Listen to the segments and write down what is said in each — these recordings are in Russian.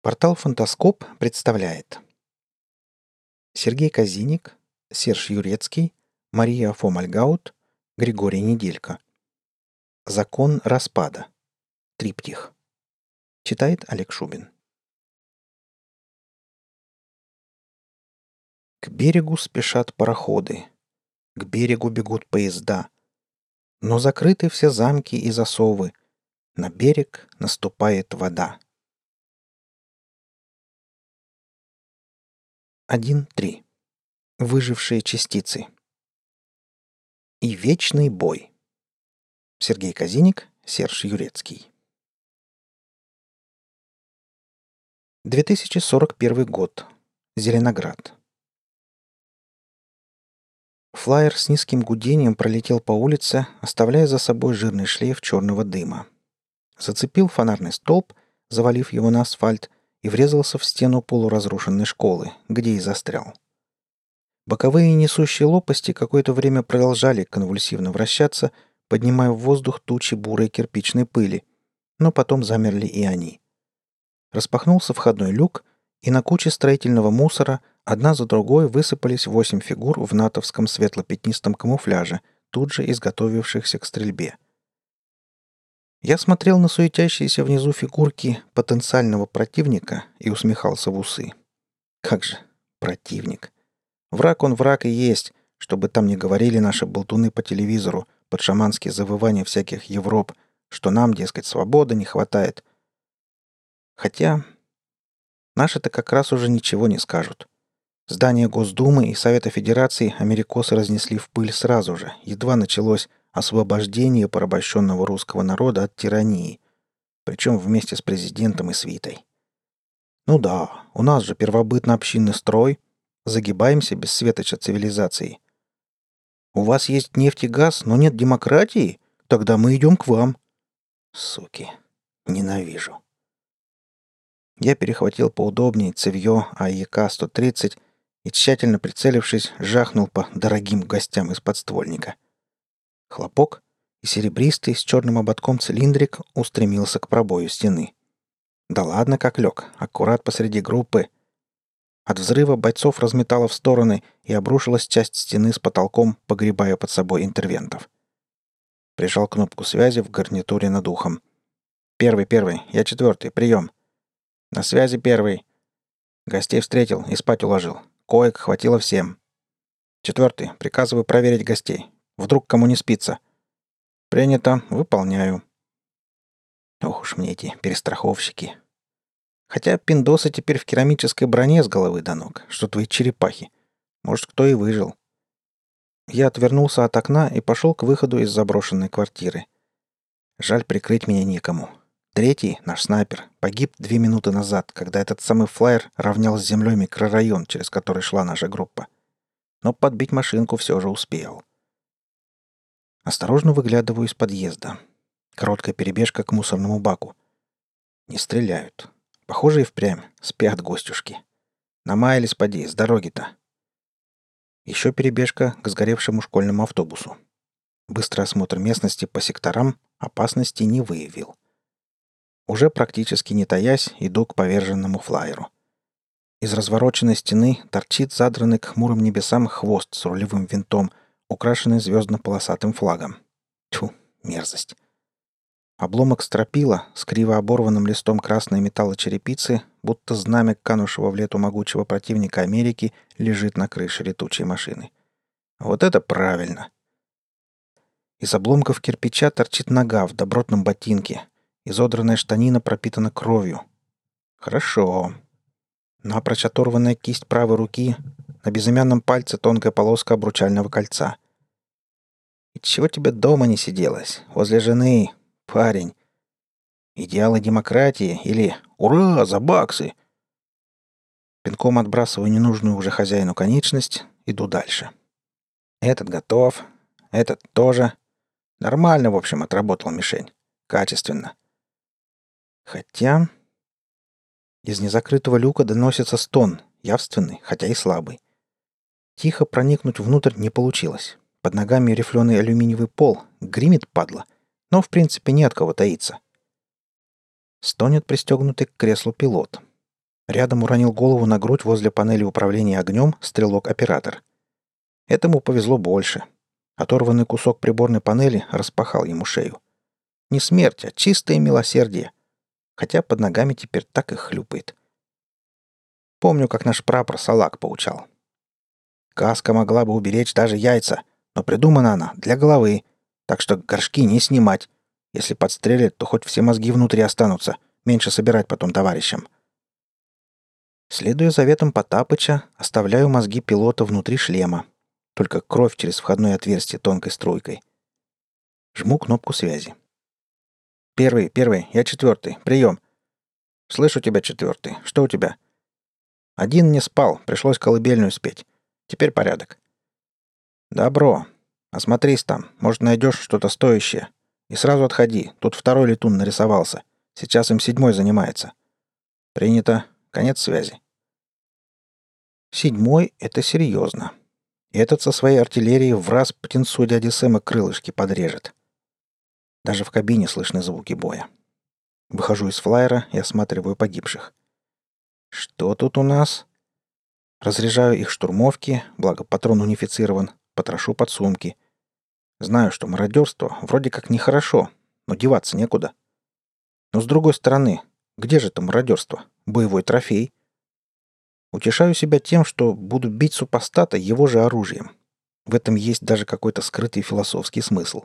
Портал «Фантаскоп» представляет Сергей Казиник, Серж Юрецкий, Мария Фомальгаут, Григорий Неделько. Закон распада. Триптих. Читает Олег Шубин. К берегу спешат пароходы, к берегу бегут поезда, но закрыты все замки и засовы, на берег наступает вода. 1.3. Выжившие частицы. И вечный бой. Сергей Казиник, Серж Юрецкий. 2041 год. Зеленоград. Флайер с низким гудением пролетел по улице, оставляя за собой жирный шлейф черного дыма. Зацепил фонарный столб, завалив его на асфальт, и врезался в стену полуразрушенной школы, где и застрял. Боковые несущие лопасти какое-то время продолжали конвульсивно вращаться, поднимая в воздух тучи бурой кирпичной пыли, но потом замерли и они. Распахнулся входной люк, и на куче строительного мусора одна за другой высыпались 8 фигур в натовском светло-пятнистом камуфляже, тут же изготовившихся к стрельбе. Я смотрел на суетящиеся внизу фигурки потенциального противника и усмехался в усы. Как же, противник. Враг он враг и есть, чтобы там не говорили наши болтуны по телевизору под шаманские завывания всяких Европ, что нам, дескать, свободы не хватает. Хотя наши-то как раз уже ничего не скажут. Здание Госдумы и Совета Федерации америкосы разнесли в пыль сразу же, едва началось освобождение порабощенного русского народа от тирании, причем вместе с президентом и свитой. Ну да, у нас же первобытно-общинный строй, загибаемся без светоча цивилизации. У вас есть нефть и газ, но нет демократии? Тогда мы идем к вам. Суки, ненавижу. Я перехватил поудобнее цевьё АЕК-130 и, тщательно прицелившись, жахнул по дорогим гостям из подствольника. Хлопок, и серебристый с черным ободком цилиндрик устремился к пробою стены. Да ладно, как лег, аккурат посреди группы. От взрыва бойцов разметало в стороны, и обрушилась часть стены с потолком, погребая под собой интервентов. Прижал кнопку связи в гарнитуре над ухом. «Первый, я четвертый, прием!» «На связи первый!» Гостей встретил и спать уложил. Коек хватило всем. «Четвертый, приказываю проверить гостей. Вдруг кому не спится?» «Принято, выполняю». Ох уж мне эти перестраховщики. Хотя пиндосы теперь в керамической броне с головы до ног, что твои черепахи. Может, кто и выжил. Я отвернулся от окна и пошел к выходу из заброшенной квартиры. Жаль, прикрыть меня некому. Третий, наш снайпер, погиб 2 минуты назад, когда этот самый флайер равнял с землей микрорайон, через который шла наша группа. Но подбить машинку все же успел. Осторожно выглядываю из подъезда. Короткая перебежка к мусорному баку. Не стреляют. Похоже, и впрямь спят гостюшки. Намаялись поди, с дороги-то. Еще перебежка к сгоревшему школьному автобусу. Быстрый осмотр местности по секторам опасности не выявил. Уже практически не таясь, иду к поверженному флайеру. Из развороченной стены торчит задранный к хмурым небесам хвост с рулевым винтом, украшенный звездно-полосатым флагом. Тьфу, мерзость. Обломок стропила с криво оборванным листом красной металлочерепицы, будто знамя канувшего в лету могучего противника Америки, лежит на крыше летучей машины. Вот это правильно! Из обломков кирпича торчит нога в добротном ботинке. Изодранная штанина пропитана кровью. Хорошо. Напрочь оторванная кисть правой руки, на безымянном пальце тонкая полоска обручального кольца. И чего тебе дома не сиделось? Возле жены, парень. Идеалы демократии или «Ура, за баксы!» Пинком отбрасываю ненужную уже хозяину конечность, иду дальше. Этот готов, этот тоже. Нормально, в общем, отработал мишень. Качественно. Хотя... Из незакрытого люка доносится стон, явственный, хотя и слабый. Тихо проникнуть внутрь не получилось. Под ногами рифленый алюминиевый пол, гремит падла, но в принципе не от кого таиться. Стонет пристегнутый к креслу пилот. Рядом уронил голову на грудь возле панели управления огнем стрелок-оператор. Этому повезло больше. Оторванный кусок приборной панели распахал ему шею. Не смерть, а чистое милосердие. Хотя под ногами теперь так и хлюпает. Помню, как наш прапор салак поучал. Каска могла бы уберечь даже яйца, но придумана она для головы, так что горшки не снимать. Если подстрелят, то хоть все мозги внутри останутся, меньше собирать потом товарищам. Следуя заветам Потапыча, оставляю мозги пилота внутри шлема. Только кровь через входное отверстие тонкой струйкой. Жму кнопку связи. Первый, я четвертый. Прием. Слышу тебя, четвертый. Что у тебя? Один не спал, пришлось колыбельную спеть. Теперь порядок. Добро. Осмотрись там, может, найдешь что-то стоящее. И сразу отходи, тут второй летун нарисовался. Сейчас им седьмой занимается. Принято. Конец связи. Седьмой — это серьезно. Этот со своей артиллерией в раз птенцу дяди Сэма крылышки подрежет. Даже в кабине слышны звуки боя. Выхожу из флайера и осматриваю погибших. Что тут у нас? Разряжаю их штурмовки, благо патрон унифицирован, потрошу подсумки. Знаю, что мародерство вроде как нехорошо, но деваться некуда. Но с другой стороны, где же это мародерство? Боевой трофей. Утешаю себя тем, что буду бить супостата его же оружием. В этом есть даже какой-то скрытый философский смысл.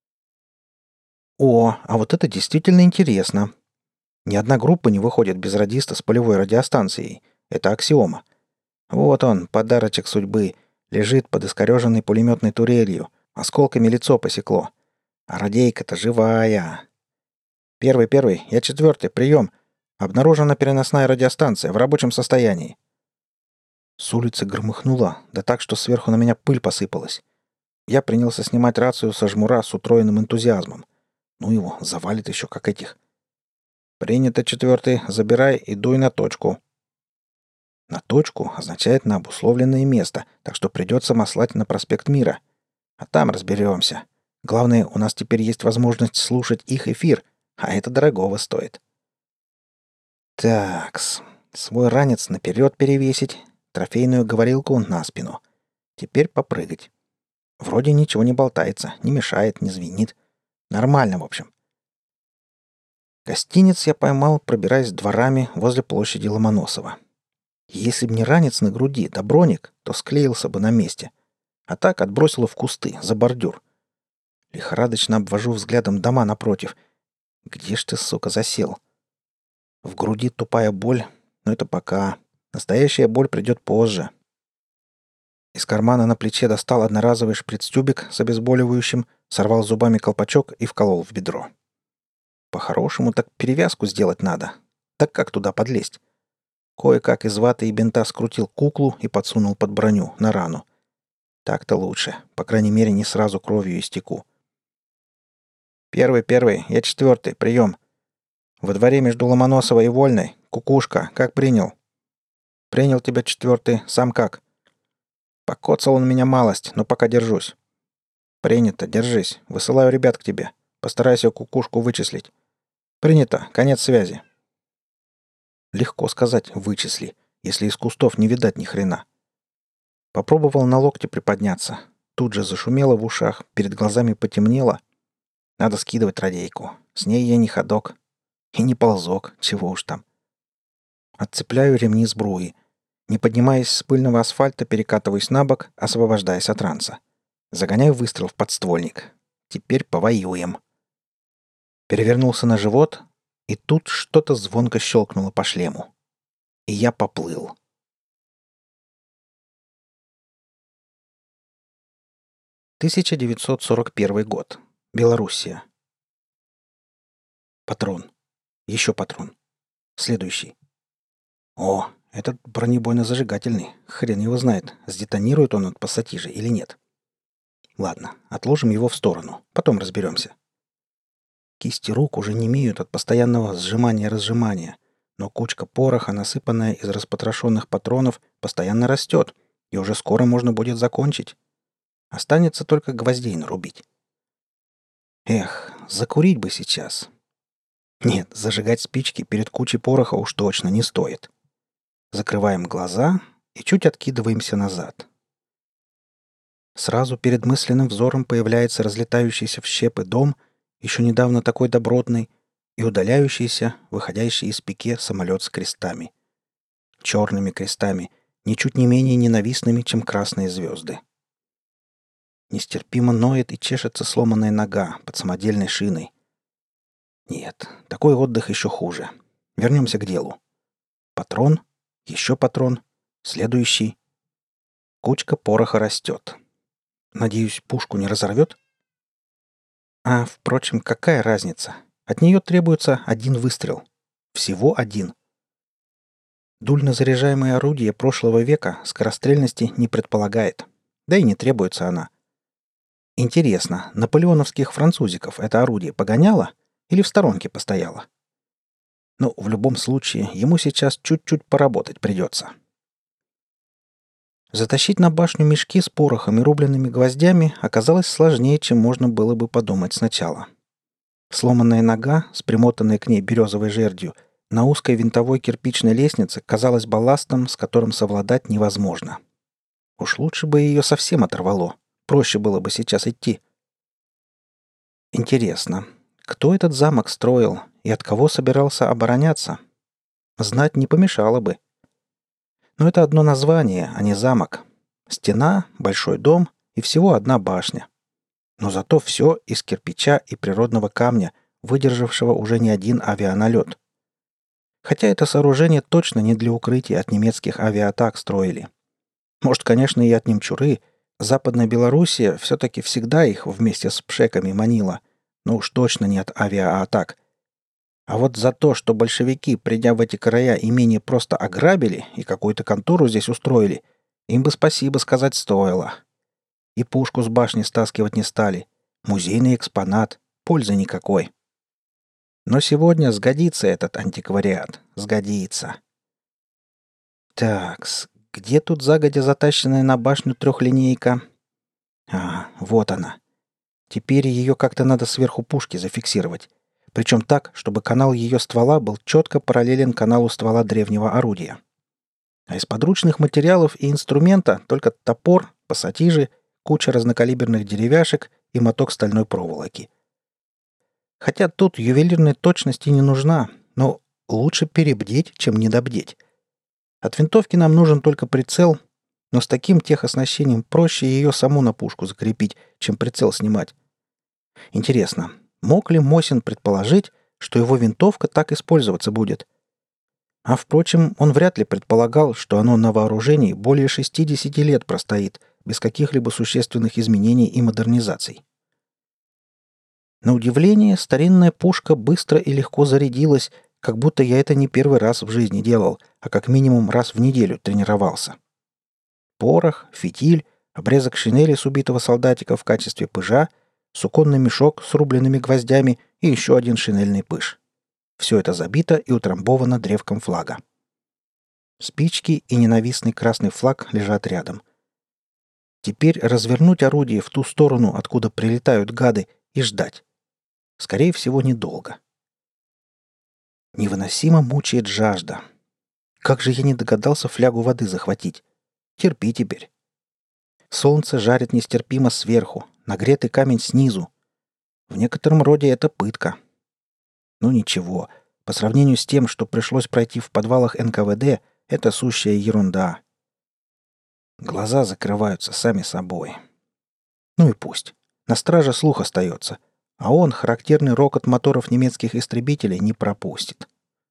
О, а вот это действительно интересно. Ни одна группа не выходит без радиста с полевой радиостанцией. Это аксиома. Вот он, подарочек судьбы, лежит под искореженной пулеметной турелью. Осколками лицо посекло. А радейка-то живая. Первый, я четвертый, прием. Обнаружена переносная радиостанция в рабочем состоянии. С улицы громыхнуло, да так, что сверху на меня пыль посыпалась. Я принялся снимать рацию со жмура с утроенным энтузиазмом. Ну его, завалит еще как этих. Принято, четвертый, забирай и дуй на точку. На точку означает на обусловленное место, так что придется маслать на проспект Мира. А там разберемся. Главное, у нас теперь есть возможность слушать их эфир, а это дорогого стоит. Такс, свой ранец наперед перевесить, трофейную говорилку на спину. Теперь попрыгать. Вроде ничего не болтается, не мешает, не звенит. Нормально, в общем. Гостиниц я поймал, пробираясь дворами возле площади Ломоносова. Если б не ранец на груди, да броник, то склеился бы на месте. А так отбросило в кусты, за бордюр. Лихорадочно обвожу взглядом дома напротив. Где ж ты, сука, засел? В груди тупая боль, но это пока. Настоящая боль придет позже. Из кармана на плече достал одноразовый шприц-тюбик с обезболивающим, сорвал зубами колпачок и вколол в бедро. По-хорошему так перевязку сделать надо. Так как туда подлезть? Кое-как из ваты и бинта скрутил куклу и подсунул под броню, на рану. Так-то лучше. По крайней мере, не сразу кровью истеку. Первый, я четвертый, прием. Во дворе между Ломоносовой и Вольной. Кукушка, как принял? Принял тебя, четвертый, сам как? Покоцал он меня малость, но пока держусь. Принято, держись. Высылаю ребят к тебе. Постарайся кукушку вычислить. Принято, конец связи. Легко сказать «вычисли», если из кустов не видать ни хрена. Попробовал на локте приподняться. Тут же зашумело в ушах, перед глазами потемнело. Надо скидывать радейку. С ней я не ходок. И не ползок, чего уж там. Отцепляю ремни сбруи. Не поднимаясь с пыльного асфальта, перекатываюсь на бок, освобождаясь от ранца. Загоняю выстрел в подствольник. Теперь повоюем. Перевернулся на живот, и тут что-то звонко щелкнуло по шлему. И я поплыл. «1941 год. Белоруссия. Патрон. Еще патрон. Следующий. О, этот бронебойно-зажигательный. Хрен его знает, сдетонирует он от пассатижа или нет. Ладно, отложим его в сторону. Потом разберемся. Кисти рук уже немеют от постоянного сжимания-разжимания, но кучка пороха, насыпанная из распотрошенных патронов, постоянно растет, и уже скоро можно будет закончить. Останется только гвоздей нарубить. Эх, закурить бы сейчас. Нет, зажигать спички перед кучей пороха уж точно не стоит. Закрываем глаза и чуть откидываемся назад. Сразу перед мысленным взором появляется разлетающийся в щепы дом, еще недавно такой добротный, и удаляющийся, выходящий из пике самолет с крестами. Черными крестами, ничуть не менее ненавистными, чем красные звезды. Нестерпимо ноет и чешется сломанная нога под самодельной шиной. Нет, такой отдых еще хуже. Вернемся к делу. Патрон, еще патрон, следующий. Кучка пороха растет. Надеюсь, пушку не разорвет? А, впрочем, какая разница? От нее требуется один выстрел. Всего один. Дульно-заряжаемое орудие прошлого века скорострельности не предполагает. Да и не требуется она. Интересно, наполеоновских французиков это орудие погоняло или в сторонке постояло? Ну, в любом случае, ему сейчас чуть-чуть поработать придется. Затащить на башню мешки с порохом и рубленными гвоздями оказалось сложнее, чем можно было бы подумать сначала. Сломанная нога, с примотанной к ней березовой жердью, на узкой винтовой кирпичной лестнице казалась балластом, с которым совладать невозможно. Уж лучше бы ее совсем оторвало. Проще было бы сейчас идти. Интересно, кто этот замок строил и от кого собирался обороняться? Знать не помешало бы. Но это одно название, а не замок. Стена, большой дом и всего одна башня. Но зато все из кирпича и природного камня, выдержавшего уже не один авианалет. Хотя это сооружение точно не для укрытия от немецких авиаатак строили. Может, конечно, и от немчуры. Западная Белоруссия все-таки всегда их вместе с пшеками манила, но уж точно не от авиаатак. А вот за то, что большевики, придя в эти края, имение просто ограбили и какую-то контору здесь устроили, им бы спасибо сказать стоило. И пушку с башни стаскивать не стали. Музейный экспонат. Пользы никакой. Но сегодня сгодится этот антиквариат. Сгодится. Такс, где тут загодя затащенная на башню трехлинейка? А, вот она. Теперь ее как-то надо сверху пушки зафиксировать. Причем так, чтобы канал ее ствола был четко параллелен каналу ствола древнего орудия. А из подручных материалов и инструмента только топор, пассатижи, куча разнокалиберных деревяшек и моток стальной проволоки. Хотя тут ювелирной точности не нужна, но лучше перебдеть, чем недобдеть. От винтовки нам нужен только прицел, но с таким техоснащением проще ее саму на пушку закрепить, чем прицел снимать. Интересно, мог ли Мосин предположить, что его винтовка так использоваться будет? А впрочем, он вряд ли предполагал, что оно на вооружении более 60 лет простоит, без каких-либо существенных изменений и модернизаций. На удивление, старинная пушка быстро и легко зарядилась, как будто я это не первый раз в жизни делал, а как минимум раз в неделю тренировался. Порох, фитиль, обрезок шинели с убитого солдатика в качестве пыжа, суконный мешок с рубленными гвоздями и еще один шинельный пыж. Все это забито и утрамбовано древком флага. Спички и ненавистный красный флаг лежат рядом. Теперь развернуть орудие в ту сторону, откуда прилетают гады, и ждать. Скорее всего, недолго. Невыносимо мучает жажда. Как же я не догадался флягу воды захватить? Терпи теперь. Солнце жарит нестерпимо сверху, нагретый камень снизу. В некотором роде это пытка. Ну ничего, по сравнению с тем, что пришлось пройти в подвалах НКВД, это сущая ерунда. Глаза закрываются сами собой. Ну и пусть. На страже слух остается, а он характерный рокот моторов немецких истребителей не пропустит.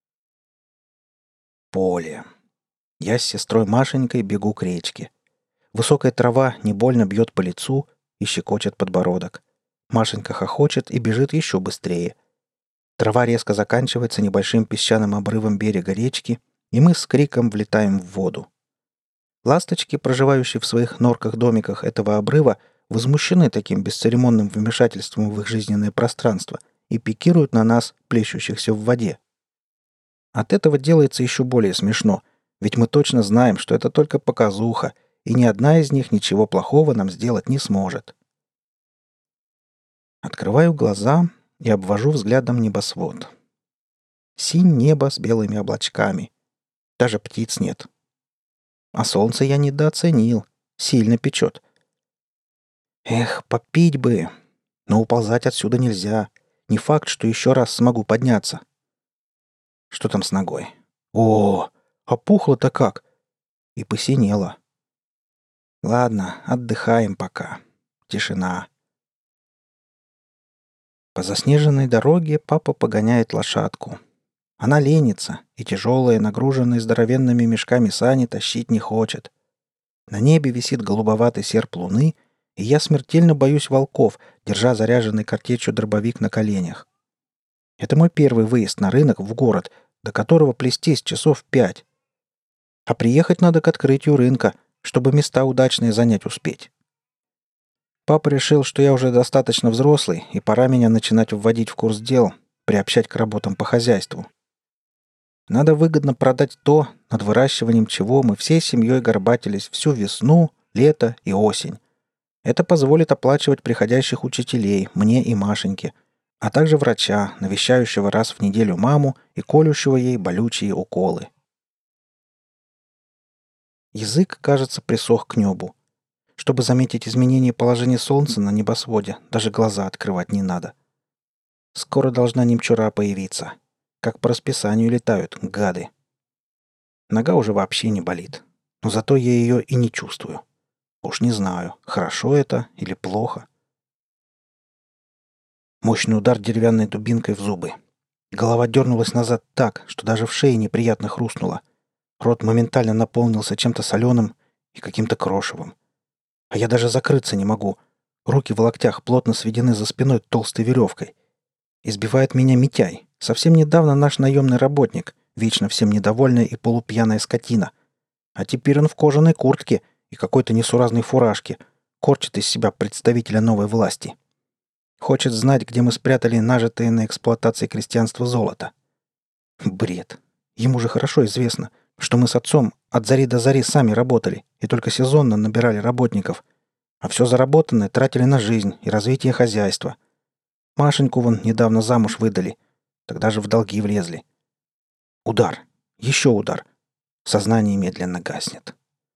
Поле. Я с сестрой Машенькой бегу к речке. Высокая трава не больно бьет по лицу и щекочет подбородок. Машенька хохочет и бежит еще быстрее. Трава резко заканчивается небольшим песчаным обрывом берега речки, и мы с криком влетаем в воду. Ласточки, проживающие в своих норках-домиках этого обрыва, возмущены таким бесцеремонным вмешательством в их жизненное пространство и пикируют на нас, плещущихся в воде. От этого делается еще более смешно, ведь мы точно знаем, что это только показуха, и ни одна из них ничего плохого нам сделать не сможет. Открываю глаза и обвожу взглядом небосвод. Синь небо с белыми облачками. Даже птиц нет. А солнце я недооценил. Сильно печет. Эх, попить бы. Но уползать отсюда нельзя. Не факт, что еще раз смогу подняться. Что там с ногой? О, опухло-то как! И посинело. Ладно, отдыхаем пока. Тишина. По заснеженной дороге папа погоняет лошадку. Она ленится, и тяжелые, нагруженные здоровенными мешками сани тащить не хочет. На небе висит голубоватый серп луны, и я смертельно боюсь волков, держа заряженный картечью дробовик на коленях. Это мой первый выезд на рынок в город, до которого плестись часов 5. А приехать надо к открытию рынка, чтобы места удачные занять успеть. Папа решил, что я уже достаточно взрослый, и пора меня начинать вводить в курс дел, приобщать к работам по хозяйству. Надо выгодно продать то, над выращиванием чего мы всей семьей горбатились всю весну, лето и осень. Это позволит оплачивать приходящих учителей, мне и Машеньке, а также врача, навещающего раз в неделю маму и колющего ей болючие уколы. Язык, кажется, присох к небу. Чтобы заметить изменение положения солнца на небосводе, даже глаза открывать не надо. Скоро должна немчура появиться. Как по расписанию летают, гады. Нога уже вообще не болит. Но зато я ее и не чувствую. Уж не знаю, хорошо это или плохо. Мощный удар деревянной дубинкой в зубы. Голова дернулась назад так, что даже в шее неприятно хрустнуло. Рот моментально наполнился чем-то соленым и каким-то крошевым. А я даже закрыться не могу. Руки в локтях плотно сведены за спиной толстой веревкой. Избивает меня Митяй. Совсем недавно наш наемный работник, вечно всем недовольная и полупьяная скотина. А теперь он в кожаной куртке и какой-то несуразной фуражке, корчит из себя представителя новой власти. Хочет знать, где мы спрятали нажитое на эксплуатации крестьянства золото. Бред. Ему же хорошо известно, что мы с отцом от зари до зари сами работали и только сезонно набирали работников, а все заработанное тратили на жизнь и развитие хозяйства. Машеньку вон недавно замуж выдали, тогда же в долги влезли. Удар. Еще удар. Сознание медленно гаснет.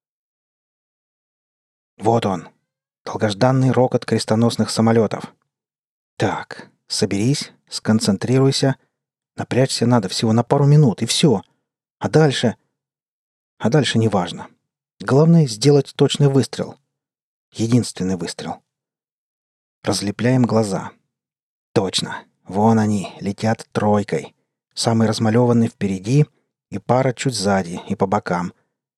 Вот он. Долгожданный рокот крестоносных самолетов. Так, соберись, сконцентрируйся. Напрячься надо всего на пару минут, и все. А дальше... А дальше неважно. Главное — сделать точный выстрел. Единственный выстрел. Разлепляем глаза. Точно. Вон они, летят тройкой. Самый размалеванный впереди и пара чуть сзади и по бокам.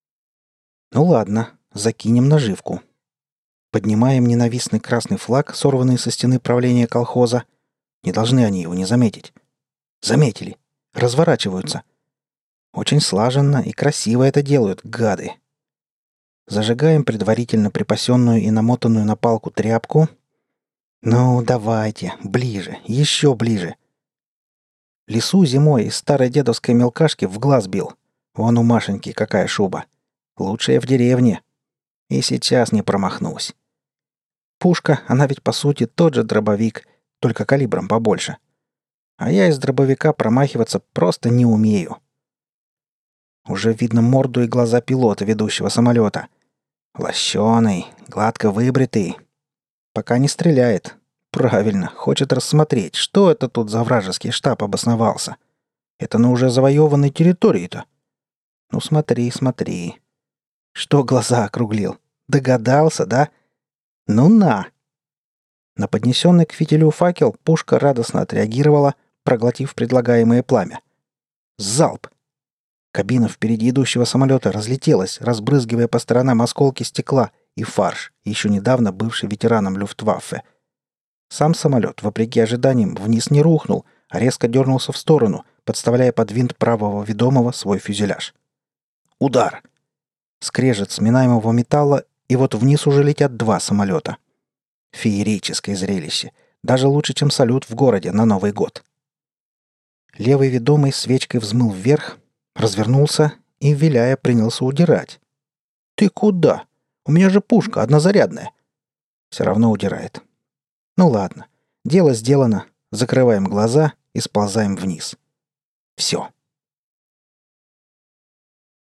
Ну ладно, закинем наживку. Поднимаем ненавистный красный флаг, сорванный со стены правления колхоза. Не должны они его не заметить. Заметили. Разворачиваются. Очень слаженно и красиво это делают, гады. Зажигаем предварительно припасенную и намотанную на палку тряпку. Ну, давайте, ближе, еще ближе. Лису зимой из старой дедовской мелкашки в глаз бил. Вон у Машеньки какая шуба. Лучшая в деревне. И сейчас не промахнусь. Пушка, она ведь по сути тот же дробовик, только калибром побольше. А я из дробовика промахиваться просто не умею. Уже видно морду и глаза пилота, ведущего самолета. Лощеный, гладко выбритый. Пока не стреляет. Правильно, хочет рассмотреть, что это тут за вражеский штаб обосновался. Это на уже завоеванной территории-то. Ну смотри, смотри. Что глаза округлил? Догадался, да? Ну на! На поднесенный к фитилю факел пушка радостно отреагировала, проглотив предлагаемое пламя. Залп! Кабина впереди идущего самолета разлетелась, разбрызгивая по сторонам осколки стекла и фарш, еще недавно бывший ветераном Люфтваффе. Сам самолет, вопреки ожиданиям, вниз не рухнул, а резко дернулся в сторону, подставляя под винт правого ведомого свой фюзеляж. Удар! Скрежет сминаемого металла, и вот вниз уже летят два самолета. Феерическое зрелище. Даже лучше, чем салют в городе на Новый год. Левый ведомый свечкой взмыл вверх, развернулся и, виляя, принялся удирать. «Ты куда? У меня же пушка однозарядная!» Все равно удирает. Ну ладно. Дело сделано. Закрываем глаза и сползаем вниз. Все.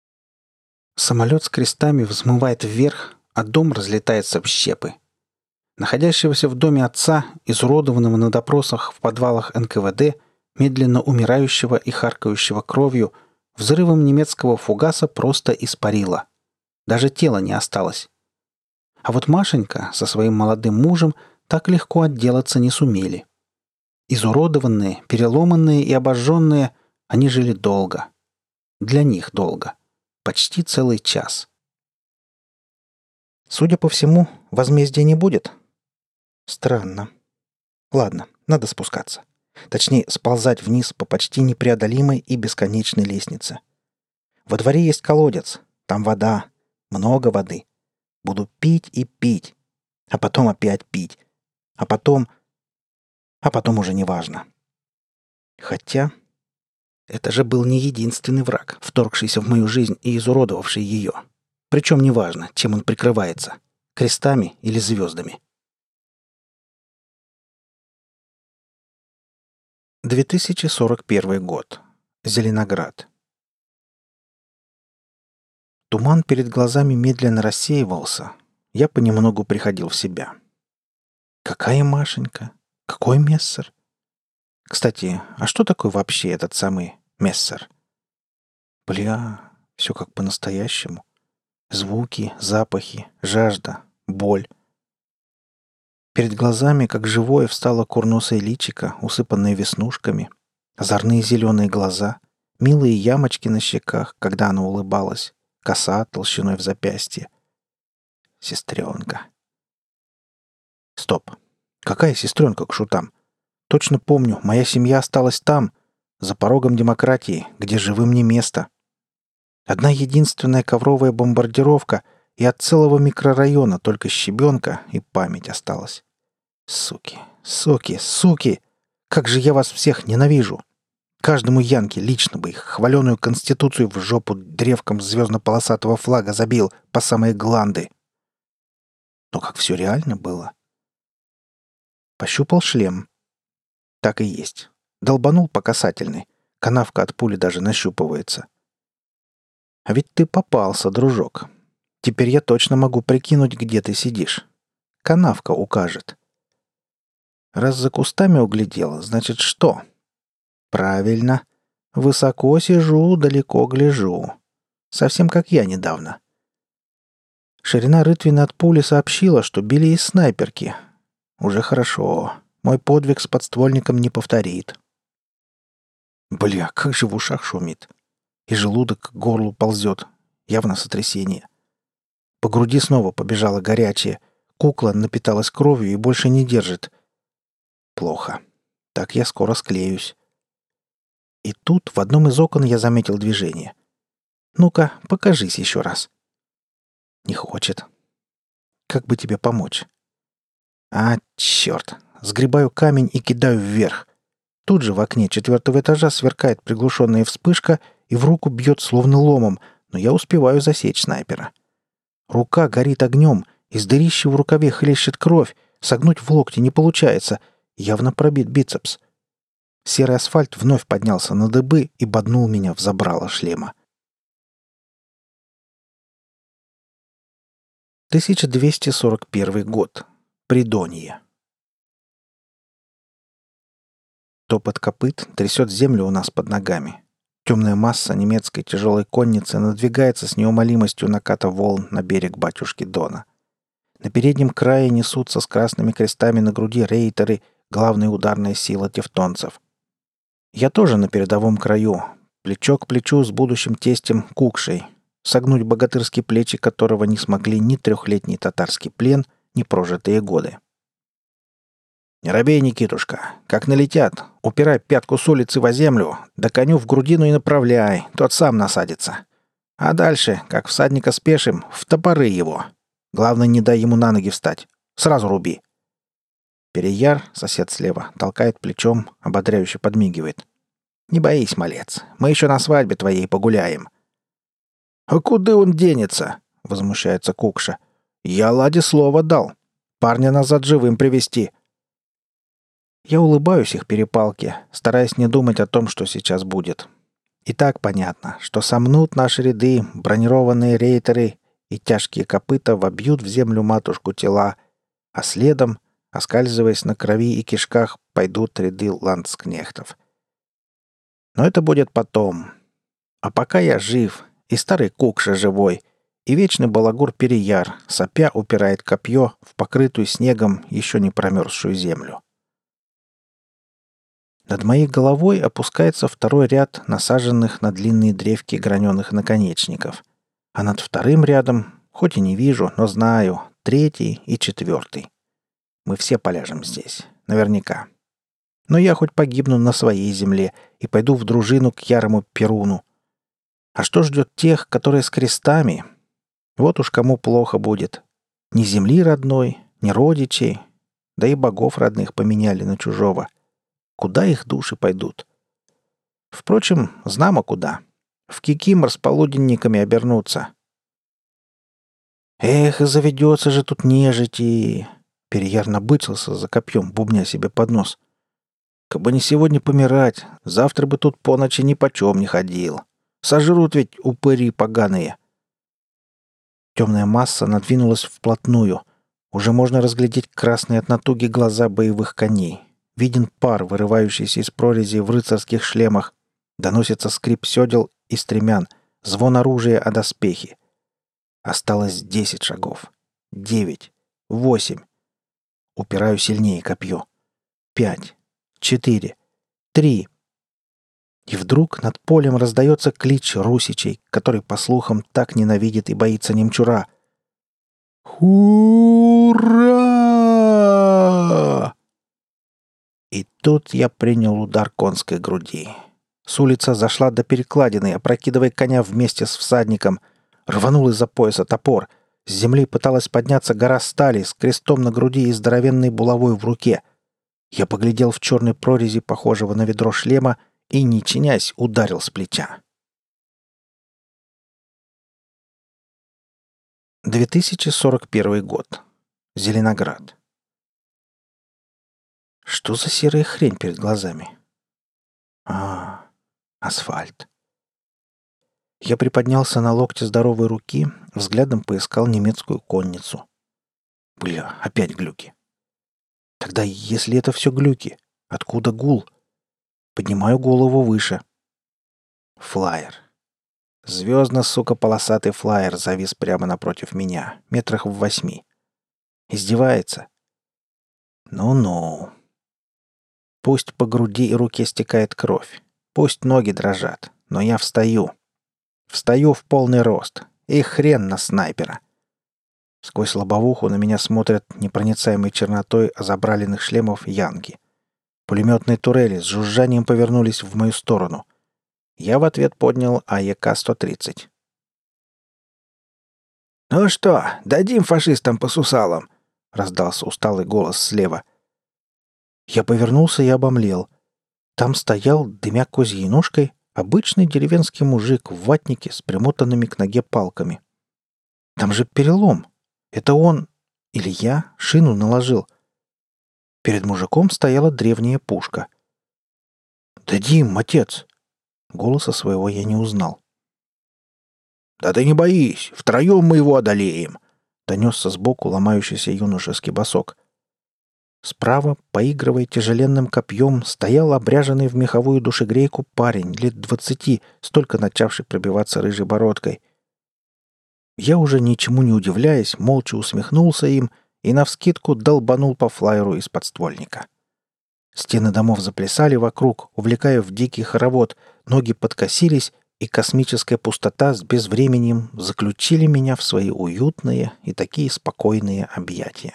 Самолет с крестами взмывает вверх, а дом разлетается в щепы. Находящегося в доме отца, изуродованного на допросах в подвалах НКВД, медленно умирающего и харкающего кровью, взрывом немецкого фугаса просто испарило. Даже тела не осталось. А вот Машенька со своим молодым мужем так легко отделаться не сумели. Изуродованные, переломанные и обожженные, они жили долго. Для них долго. Почти целый час. Судя по всему, возмездия не будет. Странно. Ладно, надо спускаться. Точнее, сползать вниз по почти непреодолимой и бесконечной лестнице. Во дворе есть колодец. Там вода. Много воды. Буду пить и пить. А потом опять пить. А потом уже не важно. Хотя это же был не единственный враг, вторгшийся в мою жизнь и изуродовавший ее. Причем неважно, чем он прикрывается — крестами или звездами. 2041 год. Зеленоград. Туман перед глазами медленно рассеивался. Я понемногу приходил в себя. Какая Машенька? Какой Мессер? Кстати, а что такое вообще этот самый Мессер? Бля, все как по-настоящему. Звуки, запахи, жажда, боль. Перед глазами, как живое, встало курносое личико, усыпанное веснушками, озорные зеленые глаза, милые ямочки на щеках, когда она улыбалась, коса толщиной в запястье. Сестренка. Стоп. Какая сестренка к шутам? Точно помню, моя семья осталась там, за порогом демократии, где живым не место. Одна единственная ковровая бомбардировка, и от целого микрорайона только щебенка и память осталась. Суки, суки, суки! Как же я вас всех ненавижу! Каждому янке лично бы их хваленую конституцию в жопу древком звездно-полосатого флага забил по самые гланды. Но как все реально было. Пощупал шлем. Так и есть. Долбанул по касательной. Канавка от пули даже нащупывается. А ведь ты попался, дружок. Теперь я точно могу прикинуть, где ты сидишь. Канавка укажет. Раз за кустами углядел, значит что? Правильно. Высоко сижу, далеко гляжу. Совсем как я недавно. Ширина рытвины от пули сообщила, что били из снайперки. Уже хорошо. Мой подвиг с подствольником не повторит. Бля, как же в ушах шумит. И желудок к горлу ползет. Явно сотрясение. По груди снова побежало горячее. Кукла напиталась кровью и больше не держит. Плохо. Так я скоро склеюсь. И тут в одном из окон я заметил движение. Ну-ка, покажись еще раз. Не хочет. Как бы тебе помочь? А, черт. Сгребаю камень и кидаю вверх. Тут же в окне 4-го этажа сверкает приглушенная вспышка и в руку бьет словно ломом, но я успеваю засечь снайпера. Рука горит огнем, из дырища в рукаве хлещет кровь, согнуть в локте не получается, явно пробит бицепс. Серый асфальт вновь поднялся на дыбы и боднул меня в забрало шлема. 1241 год. Придонье. Топот копыт трясет землю у нас под ногами. Темная масса немецкой тяжелой конницы надвигается с неумолимостью наката волн на берег батюшки Дона. На переднем крае несутся с красными крестами на груди рейтеры, главная ударная сила тевтонцев. Я тоже на передовом краю, плечо к плечу с будущим тестем Кукшей, согнуть богатырские плечи которого не смогли ни трехлетний татарский плен, ни прожитые годы. «Не робей, Никитушка. Как налетят, упирай пятку с улицы во землю, да коню в грудину и направляй, тот сам насадится. А дальше, как всадника спешим, в топоры его. Главное, не дай ему на ноги встать. Сразу руби». Переяр, сосед слева, толкает плечом, ободряюще подмигивает. «Не боись, малец, мы еще на свадьбе твоей погуляем». «А куда он денется?» — возмущается Кукша. «Я Ладе слово дал. Парня назад живым привезти». Я улыбаюсь их перепалке, стараясь не думать о том, что сейчас будет. И так понятно, что сомнут наши ряды бронированные рейтеры и тяжкие копыта вобьют в землю матушку тела, а следом, оскальзываясь на крови и кишках, пойдут ряды ландскнехтов. Но это будет потом. А пока я жив, и старый Кукша живой, и вечный балагур Переяр, сопя, упирает копье в покрытую снегом еще не промерзшую землю. Над моей головой опускается второй ряд насаженных на длинные древки граненых наконечников, а над вторым рядом, хоть и не вижу, но знаю, третий и четвертый. Мы все поляжем здесь, наверняка. Но я хоть погибну на своей земле и пойду в дружину к ярому Перуну. А что ждет тех, которые с крестами? Вот уж кому плохо будет. Ни земли родной, ни родичей, да и богов родных поменяли на чужого. Куда их души пойдут? Впрочем, знамо куда. В Кикимор с полуденниками обернуться. Эх, заведется же тут нежити. Переяр набычился за копьем, бубня себе под нос. Кабы не сегодня помирать, завтра бы тут по ночи ни почем не ходил. Сожрут ведь упыри поганые. Темная масса надвинулась вплотную. Уже можно разглядеть красные от натуги глаза боевых коней. Виден пар, вырывающийся из прорези в рыцарских шлемах. Доносится скрип седел и стремян, звон оружия о доспехи. Осталось 10 шагов. 9. 8. Упираю сильнее копье. 5. 4. 3. И вдруг над полем раздается клич русичей, который, по слухам, так ненавидит и боится немчура. «Ура!» И тут я принял удар конской груди. С улицы зашла до перекладины, опрокидывая коня вместе с всадником. Рванул из-за пояса топор. С земли пыталась подняться гора стали с крестом на груди и здоровенной булавой в руке. Я поглядел в черной прорези, похожего на ведро шлема, и, не чинясь, ударил с плеча. 2041 год. Зеленоград. Что за серая хрень перед глазами? Асфальт. Я приподнялся на локте здоровой руки, взглядом поискал немецкую конницу. Бля, опять глюки. Тогда, если это все глюки, откуда гул? Поднимаю голову выше. Флайер. Звездно, сука, полосатый флайер завис прямо напротив меня, метрах в 8. Издевается. Ну-ну. Пусть по груди и руке стекает кровь. Пусть ноги дрожат. Но я встаю. Встаю в полный рост. И хрен на снайпера. Сквозь лобовуху на меня смотрят непроницаемой чернотой озабраленных шлемов янки. Пулеметные турели с жужжанием повернулись в мою сторону. Я в ответ поднял АЕК-130. «Ну что, дадим фашистам по сусалам?» — раздался усталый голос слева. Я повернулся и обомлел. Там стоял, дымя козьей ножкой, обычный деревенский мужик в ватнике с примотанными к ноге палками. Там же перелом. Это он, или я, шину наложил. Перед мужиком стояла древняя пушка. «Дадим, отец!» Голоса своего я не узнал. «Да ты не боись, втроем мы его одолеем!» Донесся сбоку ломающийся юношеский босок. Справа, поигрывая тяжеленным копьем, стоял обряженный в меховую душегрейку парень лет 20, столько начавший пробиваться рыжей бородкой. Я уже ничему не удивляясь, молча усмехнулся им и навскидку долбанул по флайеру из подствольника. Стены домов заплясали вокруг, увлекая в дикий хоровод, ноги подкосились, и космическая пустота с безвременем заключили меня в свои уютные и такие спокойные объятия.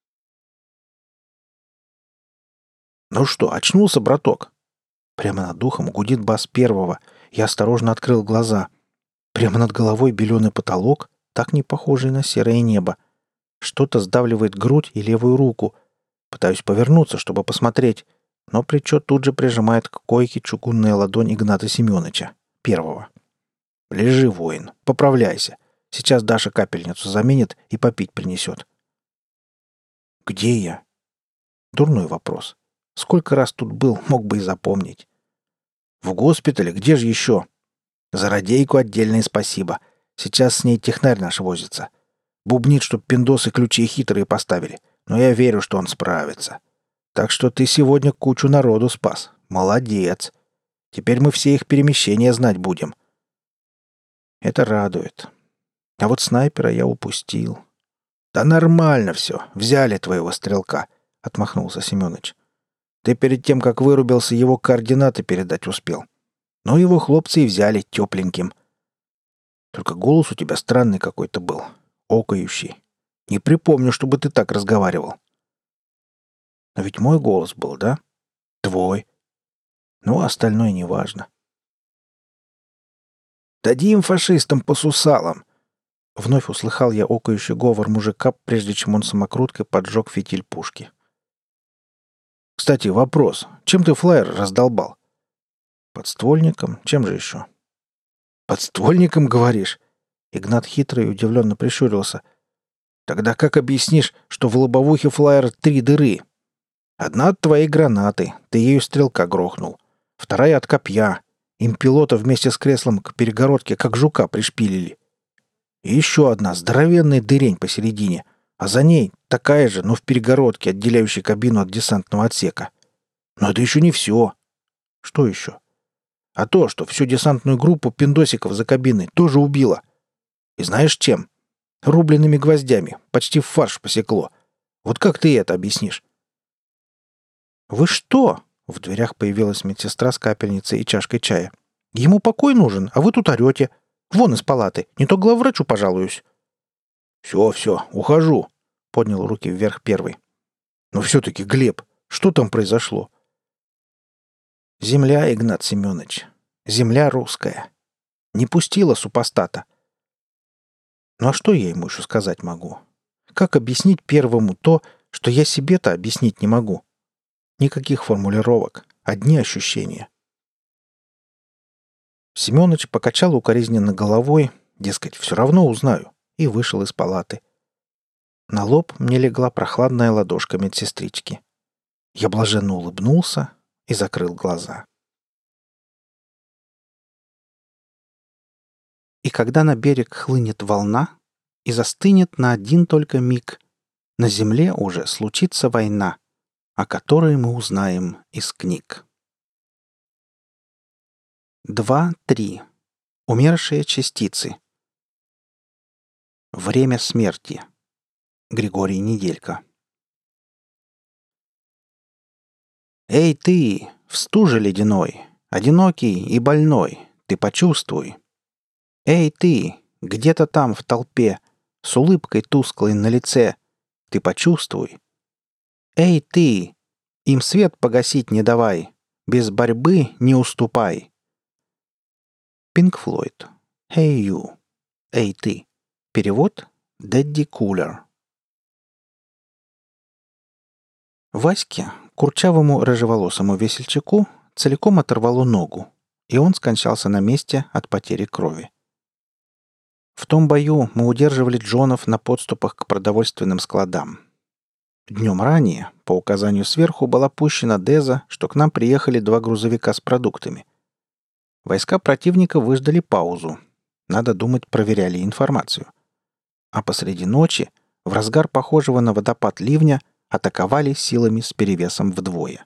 «Ну что, очнулся, браток?» Прямо над духом гудит бас первого. Я осторожно открыл глаза. Прямо над головой беленый потолок, так не похожий на серое небо. Что-то сдавливает грудь и левую руку. Пытаюсь повернуться, чтобы посмотреть, но плечо тут же прижимает к койке чугунная ладонь Игната Семеновича, первого. «Лежи, воин, поправляйся. Сейчас Даша капельницу заменит и попить принесет». «Где я?» Дурной вопрос. Сколько раз тут был, мог бы и запомнить. «В госпитале? Где же еще?» За радейку отдельное спасибо. Сейчас с ней технарь наш возится. Бубнит, чтоб пиндосы ключи хитрые поставили. Но я верю, что он справится. Так что ты сегодня кучу народу спас. Молодец. Теперь мы все их перемещения знать будем. Это радует. А вот снайпера я упустил. Да нормально все. Взяли твоего стрелка, отмахнулся Семёныч. Ты перед тем, как вырубился, его координаты передать успел. Но его хлопцы и взяли тепленьким. Только голос у тебя странный какой-то был. Окающий. Не припомню, чтобы ты так разговаривал. Но ведь мой голос был, да? Твой. Ну, а остальное неважно. «Дадим фашистам по сусалам!» Вновь услыхал я окающий говор мужика, прежде чем он самокруткой поджег фитиль пушки. «Кстати, вопрос. Чем ты флаер раздолбал?» «Подствольником? Чем же еще?» «Подствольником, говоришь?» Игнат хитро и удивленно прищурился. «Тогда как объяснишь, что в лобовухе флаера 3 дыры? Одна от твоей гранаты, ты ею стрелка грохнул. Вторая от копья. Им пилота вместе с креслом к перегородке, как жука, пришпилили. И еще одна здоровенная дырень посередине, а за ней такая же, но в перегородке, отделяющей кабину от десантного отсека. Но это еще не все. Что еще? А то, что всю десантную группу пиндосиков за кабиной тоже убило. И знаешь чем? Рубленными гвоздями, почти в фарш посекло. Вот как ты это объяснишь?» «Вы что?» — в дверях появилась медсестра с капельницей и чашкой чая. «Ему покой нужен, а вы тут орете. Вон из палаты, не то главврачу пожалуюсь». «Все, ухожу», — поднял руки вверх первый. «Но все-таки, Глеб, что там произошло?» «Земля, Игнат Семенович. Земля русская. Не пустила супостата. Ну а что я ему еще сказать могу? Как объяснить первому то, что я себе-то объяснить не могу? Никаких формулировок, одни ощущения». Семёныч покачал укоризненно головой, дескать, все равно узнаю, и вышел из палаты. На лоб мне легла прохладная ладошка медсестрички. Я блаженно улыбнулся и закрыл глаза. И когда на берег хлынет волна и застынет на один только миг, на земле уже случится война, о которой мы узнаем из книг. 2.3. Умершие частицы. Время смерти. Григорий Неделько. «Эй ты, в стуже ледяной, одинокий и больной, ты почувствуй. Эй ты, где-то там в толпе, с улыбкой тусклой на лице, ты почувствуй. Эй ты, им свет погасить не давай, без борьбы не уступай». Пинк Флойд. «Hey you». «Эй ты». Перевод Дэдди Кулер. Ваське, курчавому рыжеволосому весельчаку, целиком оторвало ногу, и он скончался на месте от потери крови. В том бою мы удерживали Джонов на подступах к продовольственным складам. Днем ранее, по указанию сверху, была пущена деза, что к нам приехали 2 грузовика с продуктами. Войска противника выждали паузу. Надо думать, проверяли информацию. А посреди ночи, в разгар похожего на водопад ливня, атаковали силами с перевесом вдвое.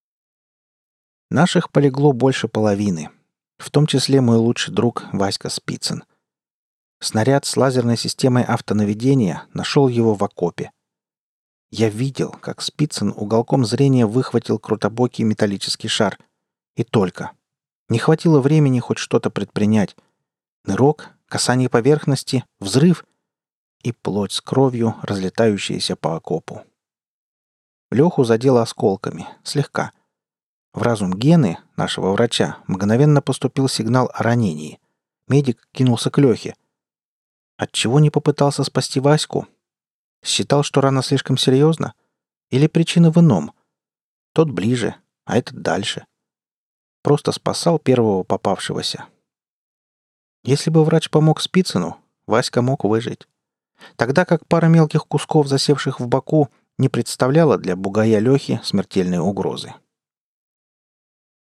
Наших полегло больше половины, в том числе мой лучший друг Васька Спицын. Снаряд с лазерной системой автонаведения нашел его в окопе. Я видел, как Спицын уголком зрения выхватил крутобокий металлический шар. И только. Не хватило времени хоть что-то предпринять. Нырок, касание поверхности, взрыв и плоть с кровью, разлетающаяся по окопу. Леху задело осколками, слегка. В разум Гены, нашего врача, мгновенно поступил сигнал о ранении. Медик кинулся к Лехе. Отчего не попытался спасти Ваську? Считал, что рана слишком серьезна? Или причина в ином? Тот ближе, а этот дальше. Просто спасал первого попавшегося. Если бы врач помог Спицыну, Васька мог выжить. Тогда как пара мелких кусков, засевших в боку, не представляла для бугая Лехи смертельной угрозы.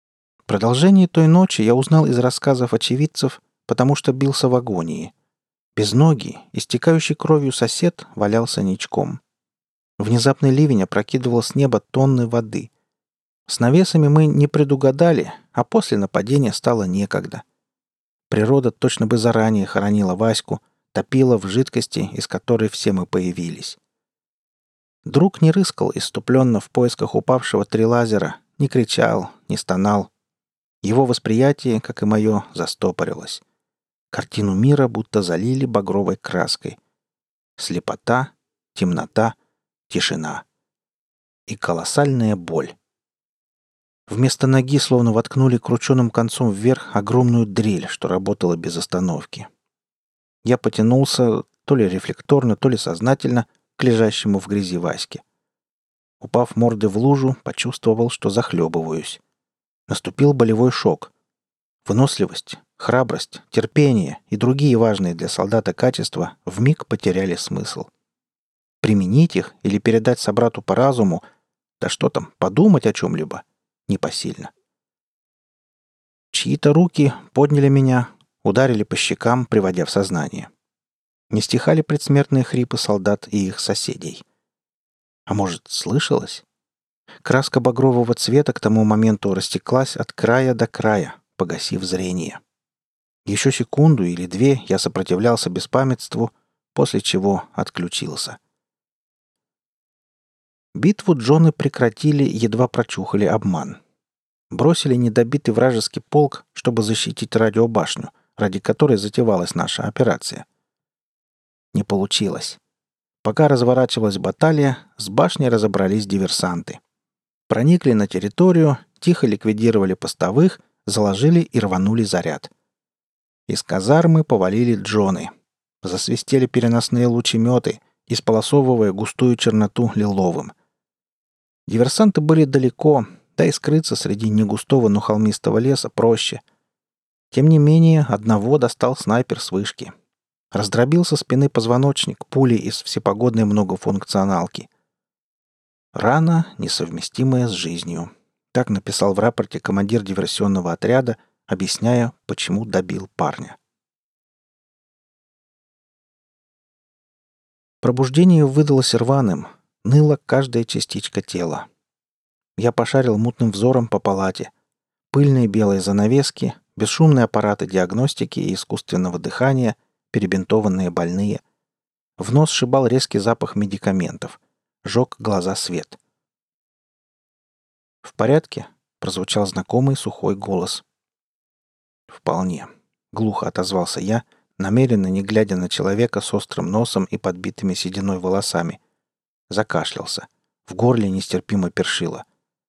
Продолжение той ночи я узнал из рассказов очевидцев, потому что бился в агонии. Безногий, истекающий кровью сосед, валялся ничком. Внезапный ливень опрокидывал с неба тонны воды. С навесами мы не предугадали, а после нападения стало некогда. Природа точно бы заранее хоронила Ваську, топила в жидкости, из которой все мы появились. Друг не рыскал исступленно в поисках упавшего трилазера, не кричал, не стонал. Его восприятие, как и мое, застопорилось. Картину мира будто залили багровой краской. Слепота, темнота, тишина. И колоссальная боль. Вместо ноги словно воткнули крученым концом вверх огромную дрель, что работала без остановки. Я потянулся, то ли рефлекторно, то ли сознательно, к лежащему в грязи Ваське. Упав мордой в лужу, почувствовал, что захлебываюсь. Наступил болевой шок. Выносливость, храбрость, терпение и другие важные для солдата качества вмиг потеряли смысл. Применить их или передать собрату по разуму, да что там, подумать о чем-либо, непосильно. Чьи-то руки подняли меня, ударили по щекам, приводя в сознание. Не стихали предсмертные хрипы солдат и их соседей. А может, слышалось? Краска багрового цвета к тому моменту растеклась от края до края, погасив зрение. Еще секунду или две я сопротивлялся беспамятству, после чего отключился. Битву джоны прекратили, едва прочухали обман. Бросили недобитый вражеский полк, чтобы защитить радиобашню, ради которой затевалась наша операция. Не получилось. Пока разворачивалась баталия, с башней разобрались диверсанты. Проникли на территорию, тихо ликвидировали постовых, заложили и рванули заряд. Из казармы повалили джоны. Засвистели переносные лучеметы, исполосовывая густую черноту лиловым. Диверсанты были далеко, да и скрыться среди негустого, но холмистого леса проще. Тем не менее, одного достал снайпер с вышки. Раздробил со спины позвоночник пулей из всепогодной многофункционалки. Рана, несовместимая с жизнью. Так написал в рапорте командир диверсионного отряда, объясняя, почему добил парня. Пробуждение выдалось рваным, ныла каждая частичка тела. Я пошарил мутным взором по палате. Пыльные белые занавески, бесшумные аппараты диагностики и искусственного дыхания, перебинтованные больные. В нос шибал резкий запах медикаментов. Жег глаза свет. «В порядке?» — прозвучал знакомый сухой голос. «Вполне», — глухо отозвался я, намеренно не глядя на человека с острым носом и подбитыми сединой волосами. Закашлялся. В горле нестерпимо першило.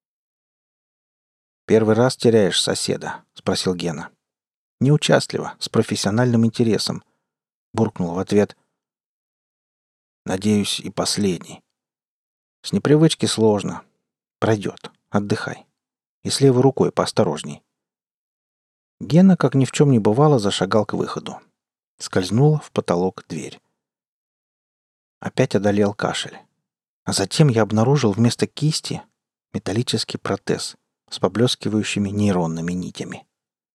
«Первый раз теряешь соседа?» — спросил Гена. Неучастливо, с профессиональным интересом. Буркнул в ответ. «Надеюсь, и последний. С непривычки сложно. Пройдет. Отдыхай. И с левой рукой поосторожней». Гена, как ни в чем не бывало, зашагал к выходу. Скользнула в потолок дверь. Опять одолел кашель. А затем я обнаружил вместо кисти металлический протез с поблескивающими нейронными нитями.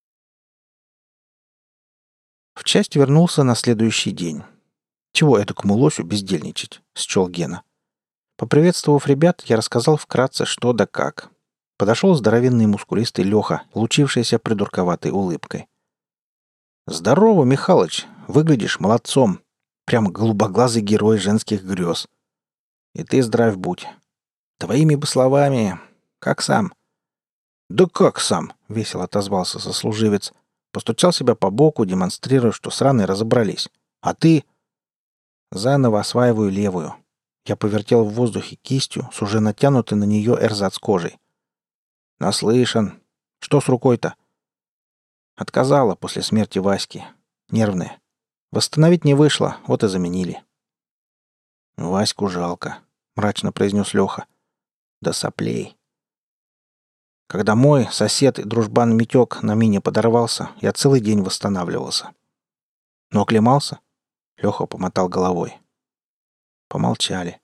В часть вернулся на следующий день. «Чего этакому лосю бездельничать?» — счел Гена. Поприветствовав ребят, я рассказал вкратце, что да как. Подошел здоровенный мускулистый Леха, лучившийся придурковатой улыбкой. «Здорово, Михалыч! Выглядишь молодцом! Прямо голубоглазый герой женских грез. И ты здрав будь. Твоими бы словами. Как сам?» «Да как сам?» — весело отозвался сослуживец. Постучал себя по боку, демонстрируя, что с раной разобрались. «А ты?» «Заново осваиваю левую». Я повертел в воздухе кистью с уже натянутой на нее эрзац кожей. «Наслышан. Что с рукой-то?» «Отказала после смерти Васьки. Нервная. Восстановить не вышло, вот и заменили». «Ваську жалко», — мрачно произнес Леха. «Да соплей». Когда мой сосед и дружбан Митек на мине подорвался, я целый день восстанавливался. «Но оклемался?» — Леха помотал головой. Помолчали.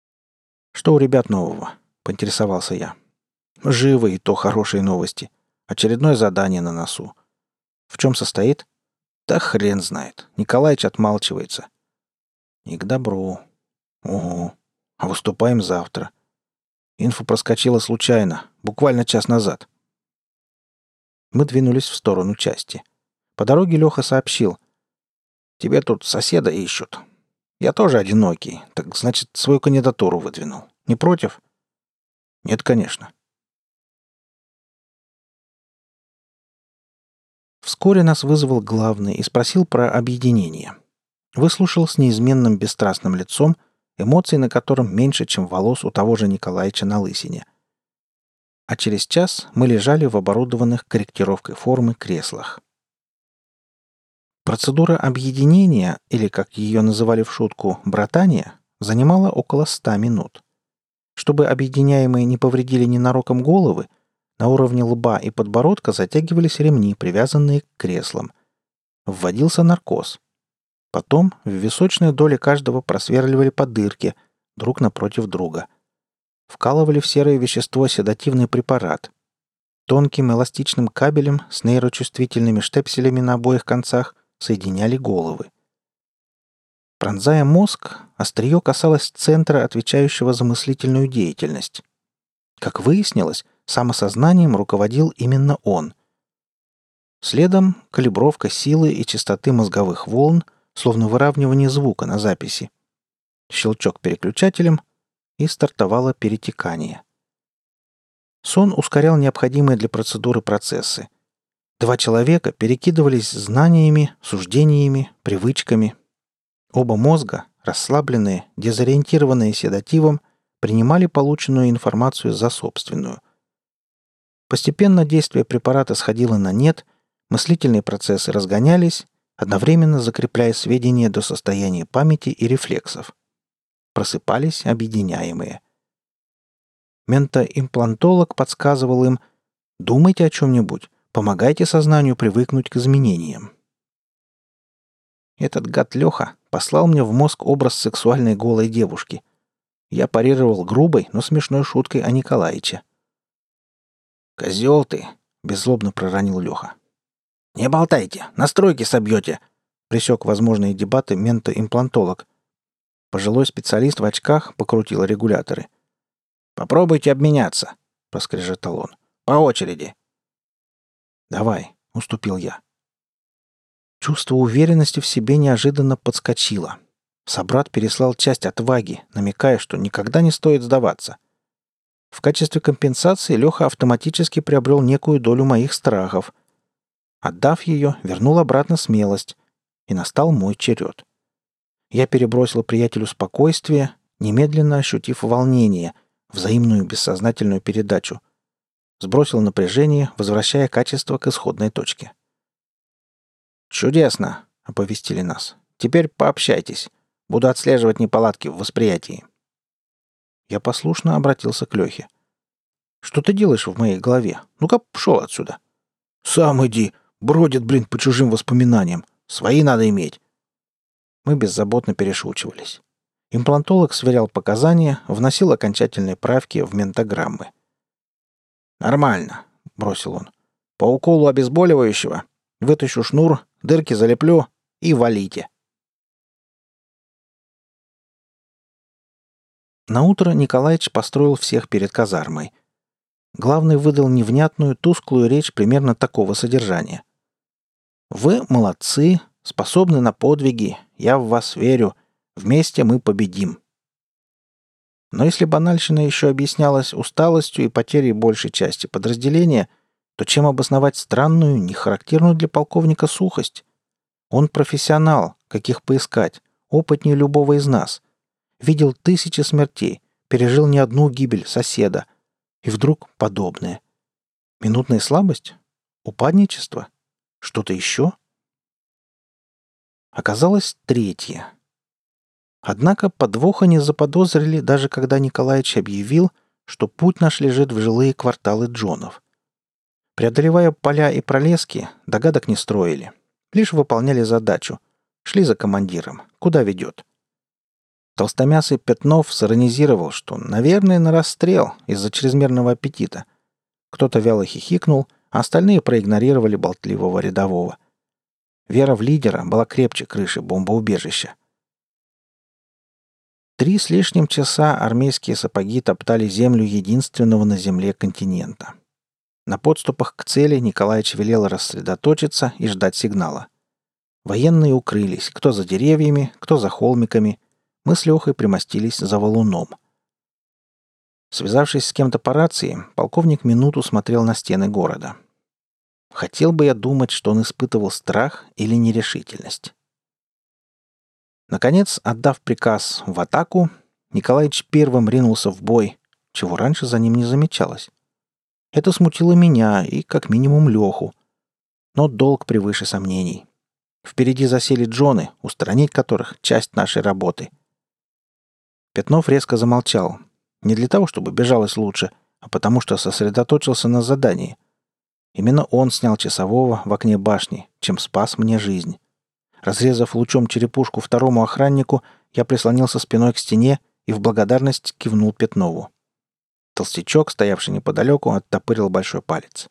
«Что у ребят нового?» — поинтересовался я. «Живы, и то хорошие новости. Очередное задание на носу. В чем состоит? Да хрен знает. Николаич отмалчивается. Не к добру. Ого. А выступаем завтра. Инфа проскочила случайно, буквально час назад. Мы двинулись в сторону части. По дороге Леха сообщил. Тебе тут соседа ищут. Я тоже одинокий, так значит, свою кандидатуру выдвинул. Не против? Нет, конечно. Вскоре нас вызвал главный и спросил про объединение. Выслушал с неизменным бесстрастным лицом, эмоций на котором меньше, чем волос у того же Николаича на лысине. А через час мы лежали в оборудованных корректировкой формы креслах. Процедура объединения, или, как ее называли в шутку, братания, занимала около 100 минут. Чтобы объединяемые не повредили ненароком головы, на уровне лба и подбородка затягивались ремни, привязанные к креслам. Вводился наркоз. Потом в височной доле каждого просверливали по дырке, друг напротив друга. Вкалывали в серое вещество седативный препарат. Тонким эластичным кабелем с нейрочувствительными штепселями на обоих концах соединяли головы. Пронзая мозг, острие касалось центра, отвечающего за мыслительную деятельность. Как выяснилось, самосознанием руководил именно он. Следом калибровка силы и частоты мозговых волн, словно выравнивание звука на записи. Щелчок переключателем, и стартовало перетекание. Сон ускорял необходимые для процедуры процессы. Два человека перекидывались знаниями, суждениями, привычками. Оба мозга, расслабленные, дезориентированные седативом, принимали полученную информацию за собственную. Постепенно действие препарата сходило на нет, мыслительные процессы разгонялись, одновременно закрепляя сведения до состояния памяти и рефлексов. Просыпались объединяемые. Ментоимплантолог подсказывал им: «Думайте о чем-нибудь, помогайте сознанию привыкнуть к изменениям». Этот гад Леха послал мне в мозг образ сексуальной голой девушки. Я парировал грубой, но смешной шуткой о Николаиче. «Козел ты!» — беззлобно проронил Леха. «Не болтайте, настройки собьете!» — пресек возможные дебаты ментоимплантолог. Пожилой специалист в очках покрутил регуляторы. «Попробуйте обменяться», — проскрежетал он. «По очереди». «Давай», — уступил я. Чувство уверенности в себе неожиданно подскочило. Собрат переслал часть отваги, намекая, что никогда не стоит сдаваться. В качестве компенсации Леха автоматически приобрел некую долю моих страхов. Отдав ее, вернул обратно смелость, и настал мой черед. Я перебросил приятелю спокойствие, немедленно ощутив волнение, взаимную бессознательную передачу. Сбросил напряжение, возвращая качество к исходной точке. «Чудесно!» — оповестили нас. «Теперь пообщайтесь. Буду отслеживать неполадки в восприятии». Я послушно обратился к Лехе. «Что ты делаешь в моей голове? Ну-ка, пшел отсюда!» «Сам иди! Бродит, блин, по чужим воспоминаниям! Свои надо иметь!» Мы беззаботно перешучивались. Имплантолог сверял показания, вносил окончательные правки в ментограммы. «Нормально», — бросил он. «По уколу обезболивающего вытащу шнур, дырки залеплю и валите». Наутро Николаич построил всех перед казармой. Главный выдал невнятную, тусклую речь примерно такого содержания. «Вы молодцы, способны на подвиги, я в вас верю, вместе мы победим». Но если банальщина еще объяснялась усталостью и потерей большей части подразделения, то чем обосновать странную, нехарактерную для полковника сухость? Он профессионал, каких поискать, опытнее любого из нас. Видел тысячи смертей, пережил не одну гибель соседа. И вдруг подобное. Минутная слабость? Упадничество? Что-то еще? Оказалось третье. Однако подвоха не заподозрили, даже когда Николаич объявил, что путь наш лежит в жилые кварталы Джонов. Преодолевая поля и пролески, догадок не строили. Лишь выполняли задачу. Шли за командиром. Куда ведет? Толстомясый Пятнов сиронизировал, что, наверное, на расстрел из-за чрезмерного аппетита. Кто-то вяло хихикнул, а остальные проигнорировали болтливого рядового. Вера в лидера была крепче крыши бомбоубежища. 3 с лишним часа армейские сапоги топтали землю единственного на земле континента. На подступах к цели Николаич велел рассредоточиться и ждать сигнала. Военные укрылись, кто за деревьями, кто за холмиками. Мы с Лехой примостились за валуном. Связавшись с кем-то по рации, полковник минуту смотрел на стены города. Хотел бы я думать, что он испытывал страх или нерешительность. Наконец, отдав приказ в атаку, Николаич первым ринулся в бой, чего раньше за ним не замечалось. Это смутило меня и, как минимум, Леху. Но долг превыше сомнений. Впереди засели джоны, устранить которых — часть нашей работы. Пятнов резко замолчал. Не для того, чтобы бежалось лучше, а потому что сосредоточился на задании. Именно он снял часового в окне башни, чем спас мне жизнь. Разрезав лучом черепушку второму охраннику, я прислонился спиной к стене и в благодарность кивнул Пятнову. Толстячок, стоявший неподалеку, оттопырил большой палец.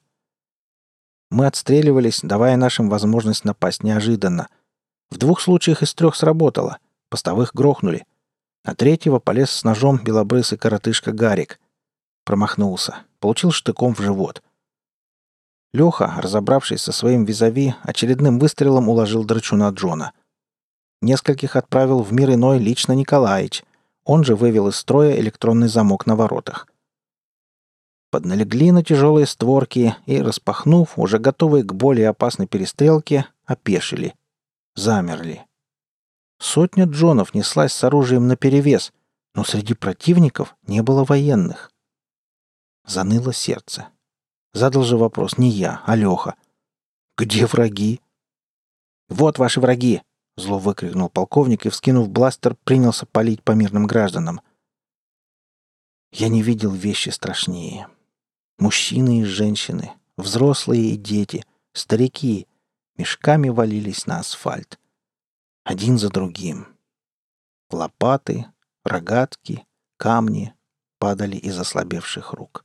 Мы отстреливались, давая нашим возможность напасть неожиданно. В 2 случаях из 3 сработало. Постовых грохнули. На 3-го полез с ножом белобрысый коротышка Гарик. Промахнулся. Получил штыком в живот. Леха, разобравшись со своим визави, очередным выстрелом уложил драчуна Джона. Нескольких отправил в мир иной лично Николаич. Он же вывел из строя электронный замок на воротах. Подналегли на тяжелые створки и, распахнув, уже готовые к более опасной перестрелке, опешили. Замерли. 100 джонов неслась с оружием наперевес, но среди противников не было военных. Заныло сердце. Задал же вопрос не я, а Леха. «Где враги?» «Вот ваши враги!» — зло выкрикнул полковник и, вскинув бластер, принялся палить по мирным гражданам. Я не видел вещи страшнее. Мужчины и женщины, взрослые и дети, старики мешками валились на асфальт. Один за другим. Лопаты, рогатки, камни падали из ослабевших рук.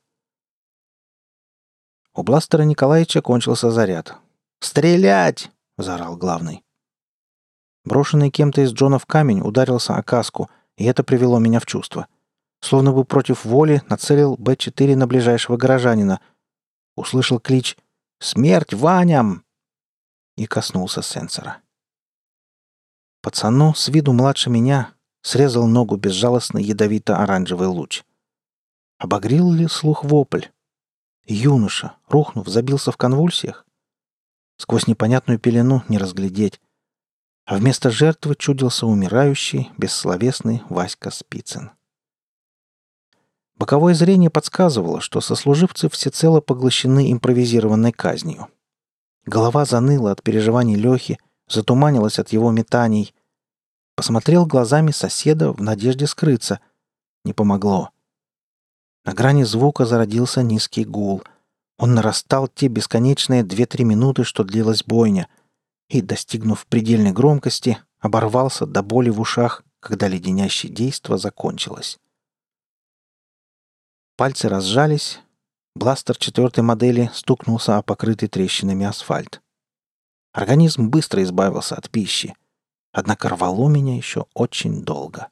У бластера Николаича кончился заряд. «Стрелять!» — заорал главный. Брошенный кем-то из джонов камень ударился о каску, и это привело меня в чувство. Словно бы против воли нацелил Б-4 на ближайшего горожанина. Услышал клич «Смерть Ваням!» и коснулся сенсора. Пацану, с виду младше меня, срезал ногу безжалостный ядовито-оранжевый луч. Обогрел ли слух вопль? Юноша, рухнув, забился в конвульсиях? Сквозь непонятную пелену не разглядеть. А вместо жертвы чудился умирающий, бессловесный Васька Спицын. Боковое зрение подсказывало, что сослуживцы всецело поглощены импровизированной казнью. Голова заныла от переживаний Лехи, затуманилась от его метаний. Посмотрел глазами соседа в надежде скрыться. Не помогло. На грани звука зародился низкий гул. Он нарастал те бесконечные 2-3 минуты, что длилась бойня, и, достигнув предельной громкости, оборвался до боли в ушах, когда леденящее действо закончилось. Пальцы разжались. Бластер 4-й модели стукнулся о покрытый трещинами асфальт. Организм быстро избавился от пищи. Однако рвало меня еще очень долго.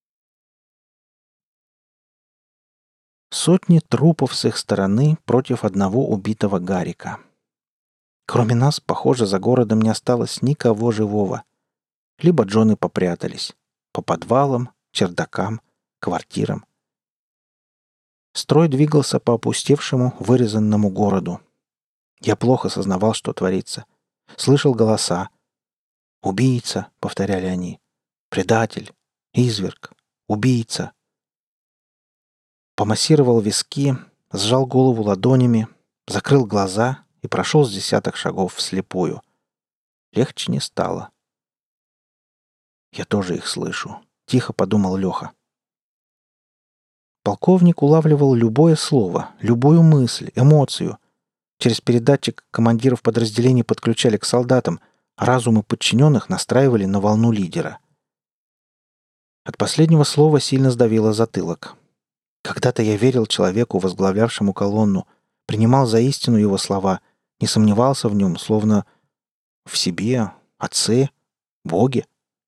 Сотни трупов с их стороны против одного убитого Гарика. Кроме нас, похоже, за городом не осталось никого живого. Либо джоны попрятались. По подвалам, чердакам, квартирам. Строй двигался по опустевшему, вырезанному городу. Я плохо сознавал, что творится. Слышал голоса. «Убийца», — повторяли они. «Предатель», «Изверг», «Убийца». Помассировал виски, сжал голову ладонями, закрыл глаза и прошел с 10 шагов вслепую. Легче не стало. «Я тоже их слышу», — тихо подумал Леха. Полковник улавливал любое слово, любую мысль, эмоцию. Через передатчик командиров подразделений подключали к солдатам, а разумы подчиненных настраивали на волну лидера. От последнего слова сильно сдавило затылок. Когда-то я верил человеку, возглавлявшему колонну, принимал за истину его слова не сомневался в нем, словно в себе, отце, боге.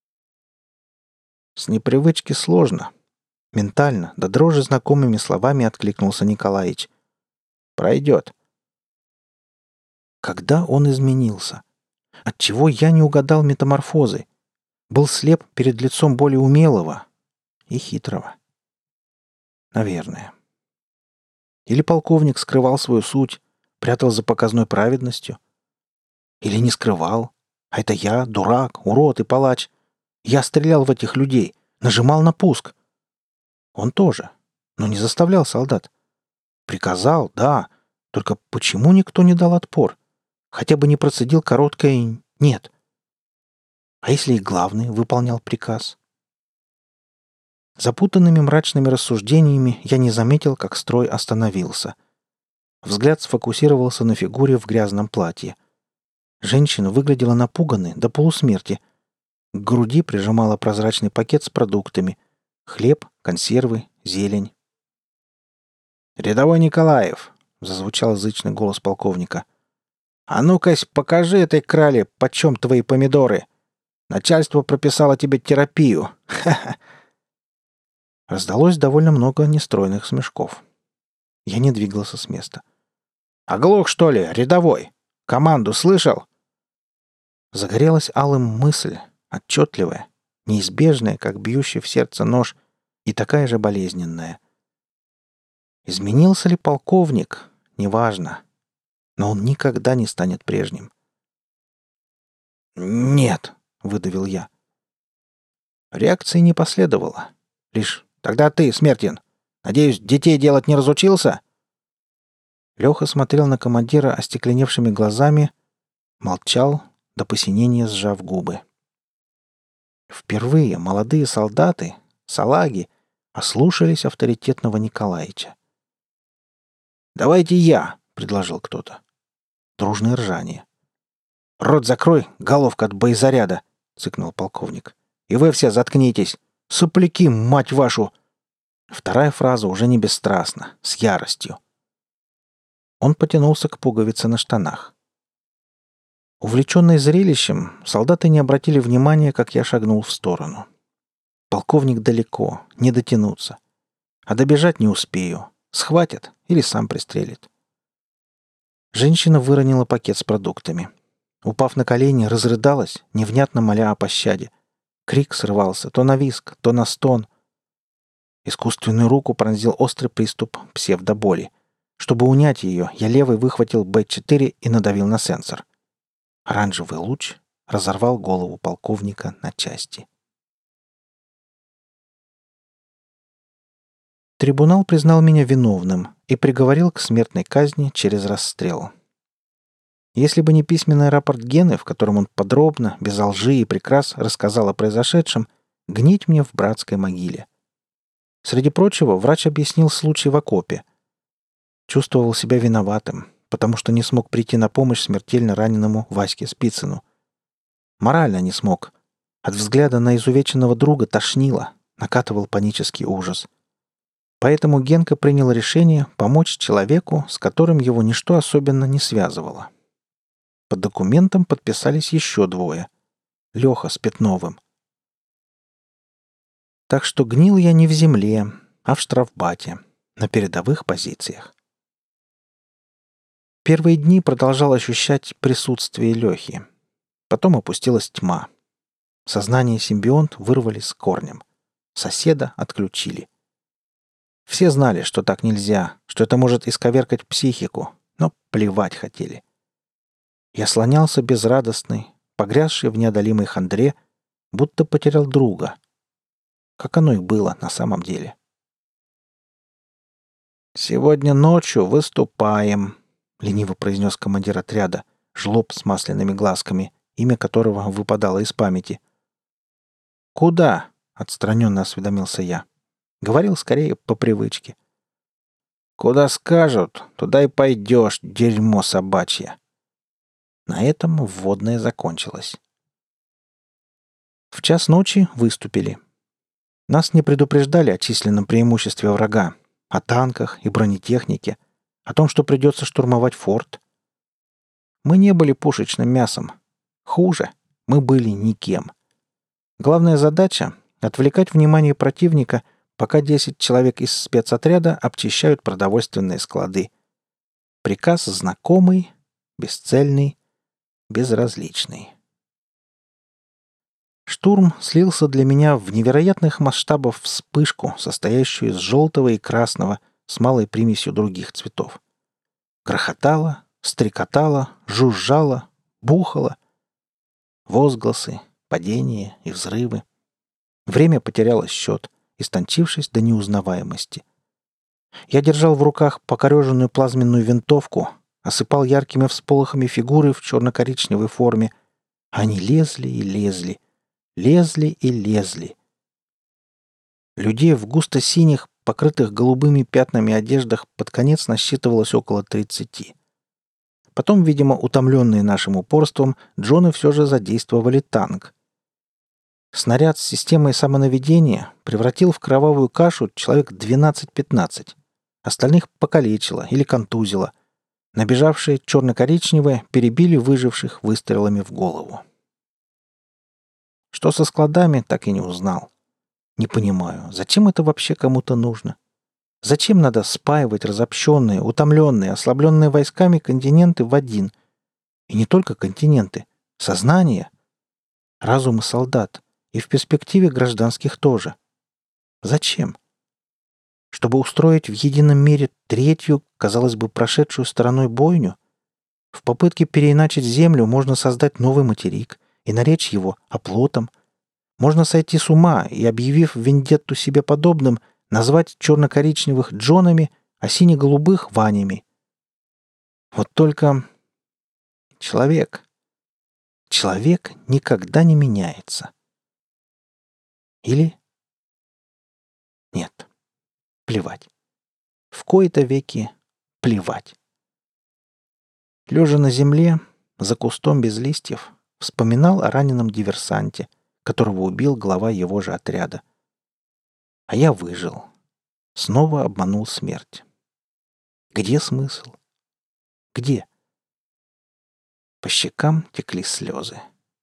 С непривычки сложно. Ментально, до дрожи знакомыми словами откликнулся Николаич. Пройдет. Когда он изменился? Отчего я не угадал метаморфозы? Был слеп перед лицом более умелого и хитрого. Наверное. Или полковник скрывал свою суть, прятал за показной праведностью. Или не скрывал. А это я, дурак, урод и палач. Я стрелял в этих людей, нажимал на пуск. Он тоже, но не заставлял солдат. Приказал, да, только почему никто не дал отпор? Хотя бы не процедил короткое «нет». А если и главный выполнял приказ? Запутанными мрачными рассуждениями я не заметил, как строй остановился. Взгляд сфокусировался на фигуре в грязном платье. Женщина выглядела напуганной до полусмерти. К груди прижимала прозрачный пакет с продуктами. Хлеб, консервы, зелень. «Рядовой Николаев!» — зазвучал зычный голос полковника. «А ну-кась, покажи этой крале, почем твои помидоры! Начальство прописало тебе терапию! Ха-ха!» Раздалось довольно много нестройных смешков. Я не двигался с места. «Оглох, что ли, рядовой? Команду слышал?» Загорелась алым мысль, отчетливая, неизбежная, как бьющий в сердце нож, и такая же болезненная. Изменился ли полковник? Неважно. Но он никогда не станет прежним. «Нет», — выдавил я. Реакции не последовало. Лишь «тогда ты, Смертин, надеюсь, детей делать не разучился?» Леха смотрел на командира остекленевшими глазами, молчал, до посинения сжав губы. Впервые молодые солдаты, салаги, ослушались авторитетного Николаича. «Давайте я», — предложил кто-то. Дружное ржание. «Рот закрой, головка от боезаряда», — цыкнул полковник. «И вы все заткнитесь. Сопляки, мать вашу!» Вторая фраза уже не бесстрастно, с яростью. Он потянулся к пуговице на штанах. Увлеченные зрелищем, солдаты не обратили внимания, как я шагнул в сторону. Полковник далеко, не дотянуться. А добежать не успею. Схватят или сам пристрелит. Женщина выронила пакет с продуктами. Упав на колени, разрыдалась, невнятно моля о пощаде. Крик срывался то на визг, то на стон. Искусственную руку пронзил острый приступ псевдоболи. Чтобы унять ее, я левой выхватил Б4 и надавил на сенсор. Оранжевый луч разорвал голову полковника на части. Трибунал признал меня виновным и приговорил к смертной казни через расстрел. Если бы не письменный рапорт Гены, в котором он подробно, без лжи и прикрас рассказал о произошедшем, гнить мне в братской могиле. Среди прочего, врач объяснил случай в окопе. Чувствовал себя виноватым, потому что не смог прийти на помощь смертельно раненому Ваське Спицыну. Морально не смог. От взгляда на изувеченного друга тошнило, накатывал панический ужас. Поэтому Генка принял решение помочь человеку, с которым его ничто особенно не связывало. Под документом подписались еще двое. Леха с Пятновым. Так что гнил я не в земле, а в штрафбате, на передовых позициях. Первые дни продолжал ощущать присутствие Лехи. Потом опустилась тьма. Сознание симбионт вырвали с корнем. Соседа отключили. Все знали, что так нельзя, что это может исковеркать психику, но плевать хотели. Я слонялся безрадостный, погрязший в неодолимой хандре, будто потерял друга. Как оно и было на самом деле. «Сегодня ночью выступаем», — лениво произнес командир отряда, жлоб с масляными глазками, имя которого выпадало из памяти. «Куда?» — отстраненно осведомился я. Говорил скорее по привычке. «Куда скажут, туда и пойдешь, дерьмо собачье». На этом вводное закончилось. В час ночи выступили. Нас не предупреждали о численном преимуществе врага, о танках и бронетехнике, о том, что придется штурмовать форт. Мы не были пушечным мясом. Хуже, мы были никем. Главная задача — отвлекать внимание противника, пока 10 человек из спецотряда обчищают продовольственные склады. Приказ знакомый, бесцельный, безразличный. Штурм слился для меня в невероятных масштабах вспышку, состоящую из желтого и красного с малой примесью других цветов. Грохотало, стрекотало, жужжало, бухало. Возгласы, падения и взрывы. Время потеряло счет, истончившись до неузнаваемости. Я держал в руках покореженную плазменную винтовку, осыпал яркими всполохами фигуры в черно-коричневой форме. Они лезли и лезли, лезли и лезли. Людей в густо-синих, покрытых голубыми пятнами одеждах под конец насчитывалось около 30. Потом, видимо, утомленные нашим упорством, джоны все же задействовали танк. Снаряд с системой самонаведения превратил в кровавую кашу человек 12-15. Остальных покалечило или контузило. Набежавшие черно-коричневые перебили выживших выстрелами в голову. Что со складами, так и не узнал. Не понимаю, зачем это вообще кому-то нужно? Зачем надо спаивать разобщенные, утомленные, ослабленные войсками континенты в один? И не только континенты. Сознание. Разумы солдат. И в перспективе гражданских тоже. Зачем? Чтобы устроить в едином мире третью, казалось бы, прошедшую стороной бойню? В попытке переиначить Землю можно создать новый материк и наречь его оплотом. Можно сойти с ума и, объявив вендетту себе подобным, назвать черно-коричневых Джонами, а сине-голубых Ванями. Вот только человек никогда не меняется. Или нет. Плевать. В кои-то веки плевать. Лежа на земле, за кустом без листьев, вспоминал о раненом диверсанте, которого убил глава его же отряда. А я выжил. Снова обманул смерть. Где смысл? Где? По щекам текли слезы.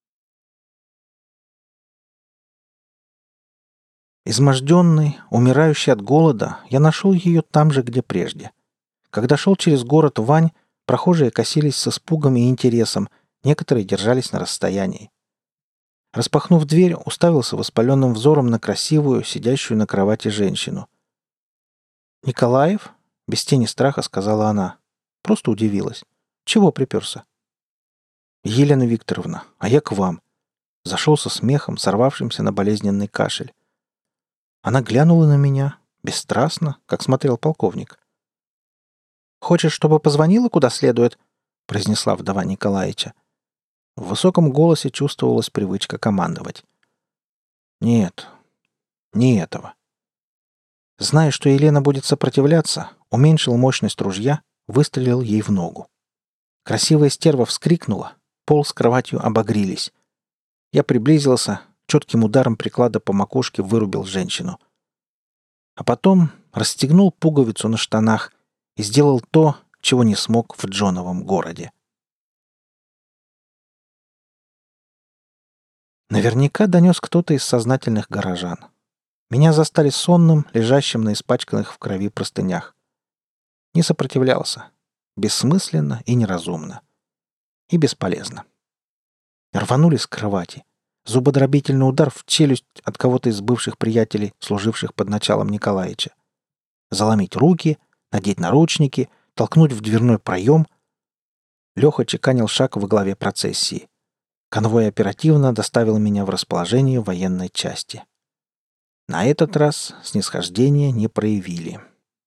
Изможденный, умирающий от голода, я нашел ее там же, где прежде. Когда шел через город Вань, прохожие косились с испугом и интересом, некоторые держались на расстоянии. Распахнув дверь, уставился воспаленным взором на красивую, сидящую на кровати женщину. «Николаев?» — без тени страха сказала она. Просто удивилась. «Чего приперся?» «Елена Викторовна, а я к вам». Зашел со смехом, сорвавшимся на болезненный кашель. Она глянула на меня, бесстрастно, как смотрел полковник. «Хочешь, чтобы позвонила куда следует?» — произнесла вдова Николаича. В высоком голосе чувствовалась привычка командовать. «Нет, не этого». Зная, что Елена будет сопротивляться, уменьшил мощность ружья, выстрелил ей в ногу. Красивая стерва вскрикнула, пол с кроватью обогрелись. Я приблизился, четким ударом приклада по макушке вырубил женщину. А потом расстегнул пуговицу на штанах и сделал то, чего не смог в Джоновом городе. Наверняка донес кто-то из сознательных горожан. Меня застали сонным, лежащим на испачканных в крови простынях. Не сопротивлялся. Бессмысленно и неразумно. И бесполезно. Рванули с кровати. Зубодробительный удар в челюсть от кого-то из бывших приятелей, служивших под началом Николаича. Заломить руки, надеть наручники, толкнуть в дверной проем. Леха чеканил шаг во главе процессии. Конвой оперативно доставил меня в расположение военной части. На этот раз снисхождения не проявили.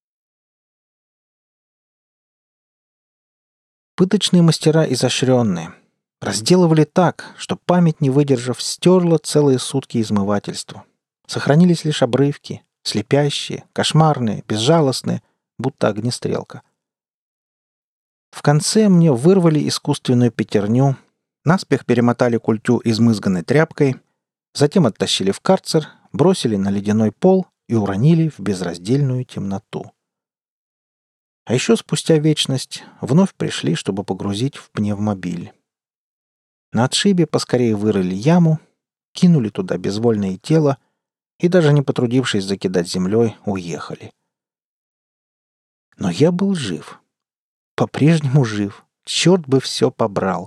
Пыточные мастера изощренные. Разделывали так, что память, не выдержав, стерла целые сутки измывательства. Сохранились лишь обрывки, слепящие, кошмарные, безжалостные, будто огнестрелка. В конце мне вырвали искусственную пятерню, наспех перемотали культю измызганной тряпкой, затем оттащили в карцер, бросили на ледяной пол и уронили в безраздельную темноту. А еще спустя вечность вновь пришли, чтобы погрузить в пневмобиль. На отшибе поскорее вырыли яму, кинули туда безвольное тело и, даже не потрудившись закидать землей, уехали. Но я был жив. По-прежнему жив. Черт бы все побрал.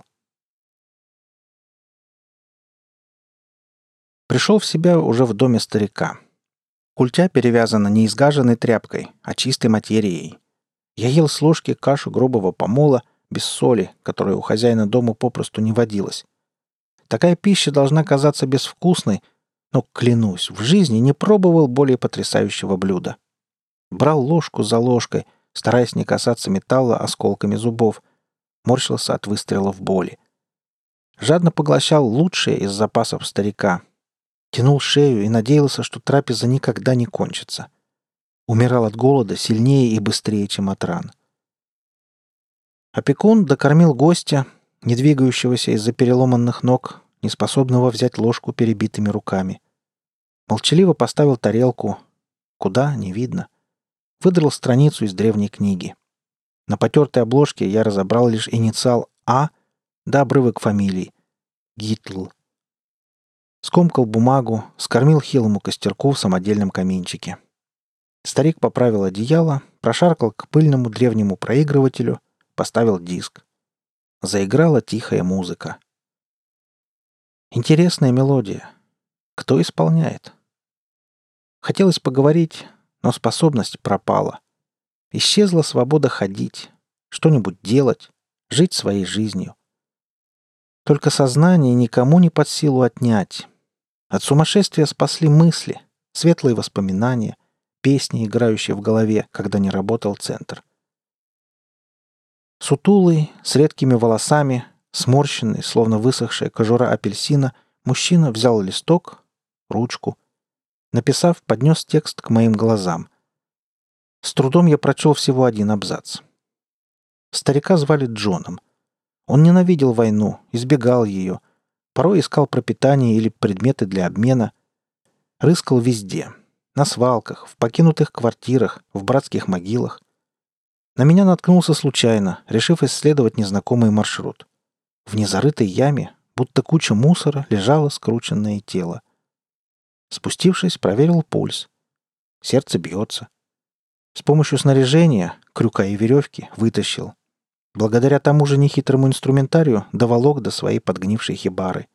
Пришел в себя уже в доме старика. Культя перевязана не изгаженной тряпкой, а чистой материей. Я ел с ложки кашу грубого помола, без соли, которая у хозяина дома попросту не водилась. Такая пища должна казаться безвкусной, но, клянусь, в жизни не пробовал более потрясающего блюда. Брал ложку за ложкой, стараясь не касаться металла осколками зубов, морщился от выстрелов боли. Жадно поглощал лучшее из запасов старика. Тянул шею и надеялся, что трапеза никогда не кончится. Умирал от голода сильнее и быстрее, чем от ран. Опекун докормил гостя, не двигающегося из-за переломанных ног, неспособного взять ложку перебитыми руками. Молчаливо поставил тарелку. Куда — не видно. Выдрал страницу из древней книги. На потертой обложке я разобрал лишь инициал «А», да обрывок фамилии — Гитл. Скомкал бумагу, скормил хилому костерку в самодельном каминчике. Старик поправил одеяло, прошаркал к пыльному древнему проигрывателю, поставил диск. Заиграла тихая музыка. Интересная мелодия. Кто исполняет? Хотелось поговорить, но способность пропала. Исчезла свобода ходить, что-нибудь делать, жить своей жизнью. Только сознание никому не под силу отнять. От сумасшествия спасли мысли, светлые воспоминания, песни, играющие в голове, когда не работал центр. Сутулый, с редкими волосами, сморщенный, словно высохшая кожура апельсина, мужчина взял листок, ручку. Написав, поднес текст к моим глазам. С трудом я прочел всего один абзац. Старика звали Джоном. Он ненавидел войну, избегал ее, порой искал пропитание или предметы для обмена. Рыскал везде. На свалках, в покинутых квартирах, в братских могилах. На меня наткнулся случайно, решив исследовать незнакомый маршрут. В незарытой яме, будто куча мусора, лежало скрученное тело. Спустившись, проверил пульс. Сердце бьется. С помощью снаряжения, крюка и веревки, вытащил. Благодаря тому же нехитрому инструментарию доволок до своей подгнившей хибары.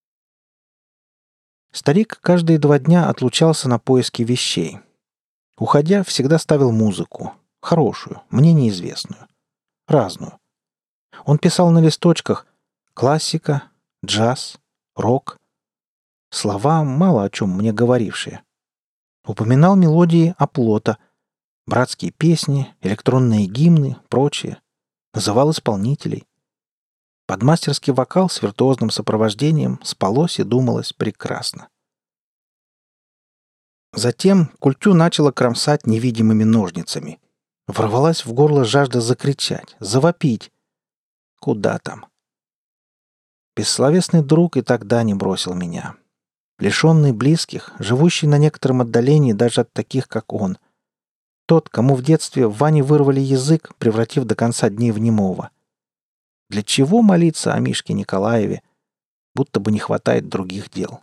Старик каждые 2 дня отлучался на поиски вещей. Уходя, всегда ставил музыку. Хорошую, мне неизвестную. Разную. Он писал на листочках классика, джаз, рок. Слова, мало о чем мне говорившие. Упоминал мелодии оплота, братские песни, электронные гимны, прочее. Называл исполнителей. Под мастерский вокал с виртуозным сопровождением спалось и думалось прекрасно. Затем культю начала кромсать невидимыми ножницами. Ворвалась в горло жажда закричать, завопить. Куда там? Бессловесный друг и тогда не бросил меня. Лишенный близких, живущий на некотором отдалении даже от таких, как он. Тот, кому в детстве в Ване вырвали язык, превратив до конца дней в немого. Для чего молиться о Мишке Николаеве? Будто бы не хватает других дел.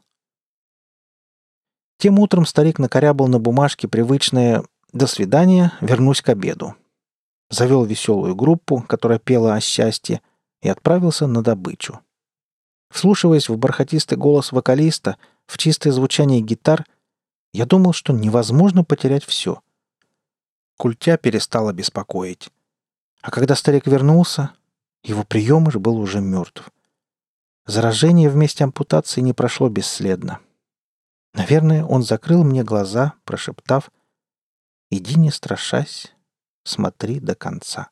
Тем утром старик накорябал на бумажке привычное «До свидания, вернусь к обеду». Завел веселую группу, которая пела о счастье, и отправился на добычу. Вслушиваясь в бархатистый голос вокалиста, в чистое звучание гитар, я думал, что невозможно потерять все. Культя перестала беспокоить. А когда старик вернулся, его приемыш был уже мертв. Заражение вместе ампутации не прошло бесследно. Наверное, он закрыл мне глаза, прошептав: «Иди, не страшась, смотри до конца».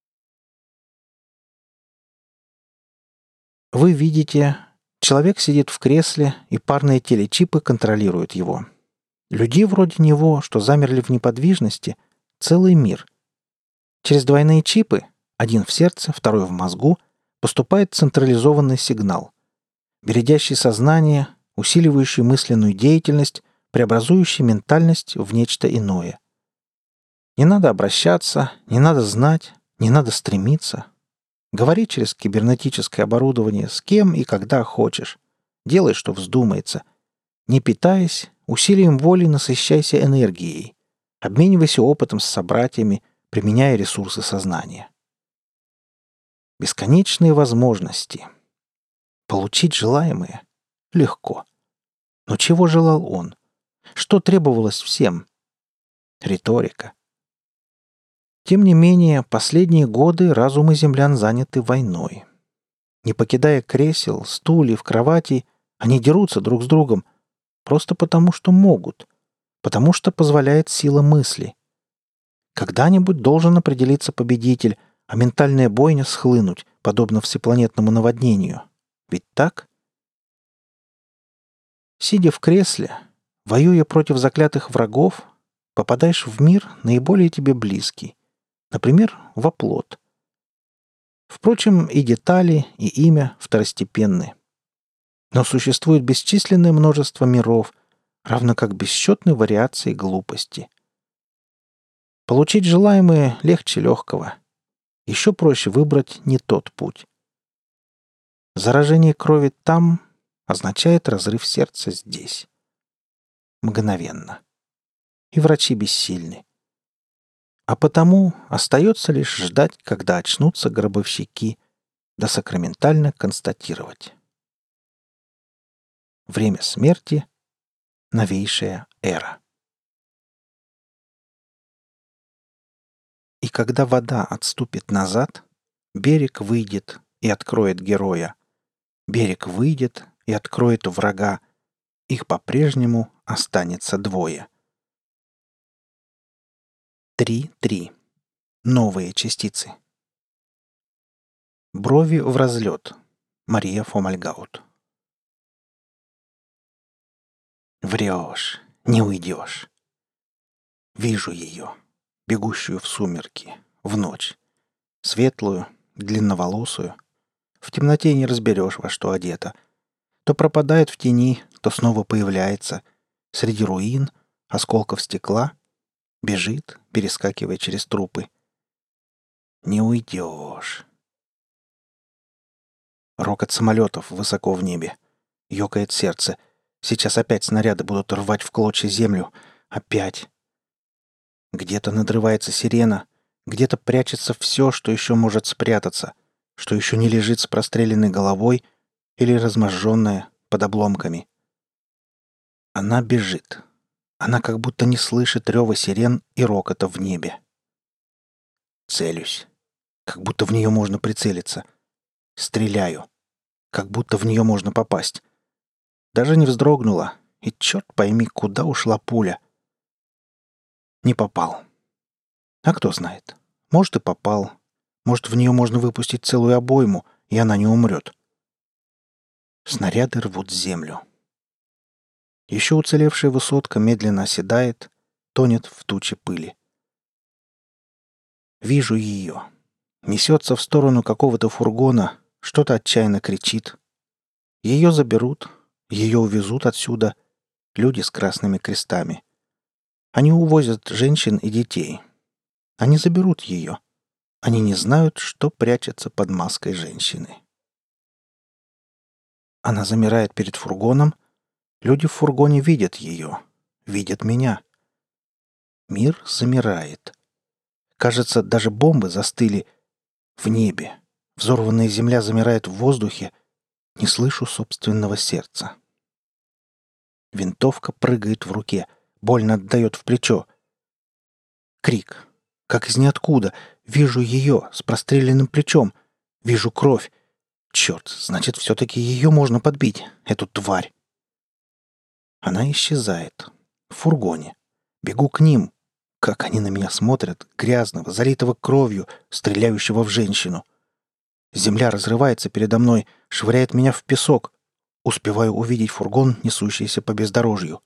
Вы видите, человек сидит в кресле, и парные телечипы контролируют его. Людей вроде него, что замерли в неподвижности, целый мир. Через двойные чипы, один в сердце, второй в мозгу, поступает централизованный сигнал, бередящий сознание, усиливающий мысленную деятельность, преобразующий ментальность в нечто иное. Не надо обращаться, не надо знать, не надо стремиться. Говори через кибернетическое оборудование с кем и когда хочешь. Делай, что вздумается. Не питаясь, усилием воли насыщайся энергией. Обменивайся опытом с собратьями, применяя ресурсы сознания. Бесконечные возможности. Получить желаемое легко. Но чего желал он? Что требовалось всем? Риторика. Тем не менее, последние годы разумы землян заняты войной. Не покидая кресел, стульев, кроватей, они дерутся друг с другом просто потому, что могут, потому что позволяет сила мысли. Когда-нибудь должен определиться победитель, а ментальная бойня схлынуть, подобно всепланетному наводнению. Ведь так? Сидя в кресле, воюя против заклятых врагов, попадаешь в мир наиболее тебе близкий. Например, в оплот. Впрочем, и детали, и имя второстепенны. Но существует бесчисленное множество миров, равно как бесчетные вариации глупости. Получить желаемое легче легкого. Еще проще выбрать не тот путь. Заражение крови там означает разрыв сердца здесь. Мгновенно. И врачи бессильны. А потому остается лишь ждать, когда очнутся гробовщики, да сакраментально констатировать. Время смерти — новейшая эра. И когда вода отступит назад, берег выйдет и откроет героя. Берег выйдет и откроет врага. Их по-прежнему останется двое. 3.3. Новые частицы. Брови в разлет. Мария Фомальгаут. Врешь, не уйдешь. Вижу ее, бегущую в сумерки, в ночь. Светлую, длинноволосую. В темноте не разберешь, во что одета. То пропадает в тени, то снова появляется. Среди руин, осколков стекла. Бежит, перескакивая через трупы. Не уйдешь. Рокот самолетов высоко в небе. Ёкает сердце. Сейчас опять снаряды будут рвать в клочья землю. Опять. Где-то надрывается сирена. Где-то прячется все, что еще может спрятаться. Что еще не лежит с простреленной головой или разможженная под обломками. Она бежит. Она как будто не слышит рева сирен и рокота в небе. Целюсь. Как будто в нее можно прицелиться. Стреляю. Как будто в нее можно попасть. Даже не вздрогнула. И черт пойми, куда ушла пуля. Не попал. А кто знает. Может, и попал. Может, в нее можно выпустить целую обойму, и она не умрет. Снаряды рвут землю. Еще уцелевшая высотка медленно оседает, тонет в туче пыли. Вижу ее. Несется в сторону какого-то фургона, что-то отчаянно кричит. Ее заберут, ее увезут отсюда люди с красными крестами. Они увозят женщин и детей. Они заберут ее. Они не знают, что прячется под маской женщины. Она замирает перед фургоном. Люди в фургоне видят ее, видят меня. Мир замирает. Кажется, даже бомбы застыли в небе. Взорванная земля замирает в воздухе. Не слышу собственного сердца. Винтовка прыгает в руке, больно отдает в плечо. Крик. Как из ниоткуда. Вижу ее с простреленным плечом. Вижу кровь. Черт, значит, все-таки ее можно подбить, эту тварь. Она исчезает. В фургоне. Бегу к ним. Как они на меня смотрят, грязного, залитого кровью, стреляющего в женщину. Земля разрывается передо мной, швыряет меня в песок. Успеваю увидеть фургон, несущийся по бездорожью.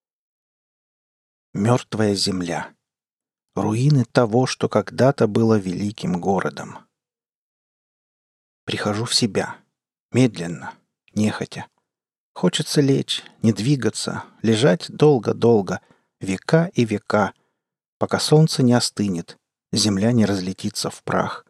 Мертвая земля. Руины того, что когда-то было великим городом. Прихожу в себя. Медленно, нехотя. Хочется лечь, не двигаться, лежать долго-долго, века и века. пока солнце не остынет, земля не разлетится в прах.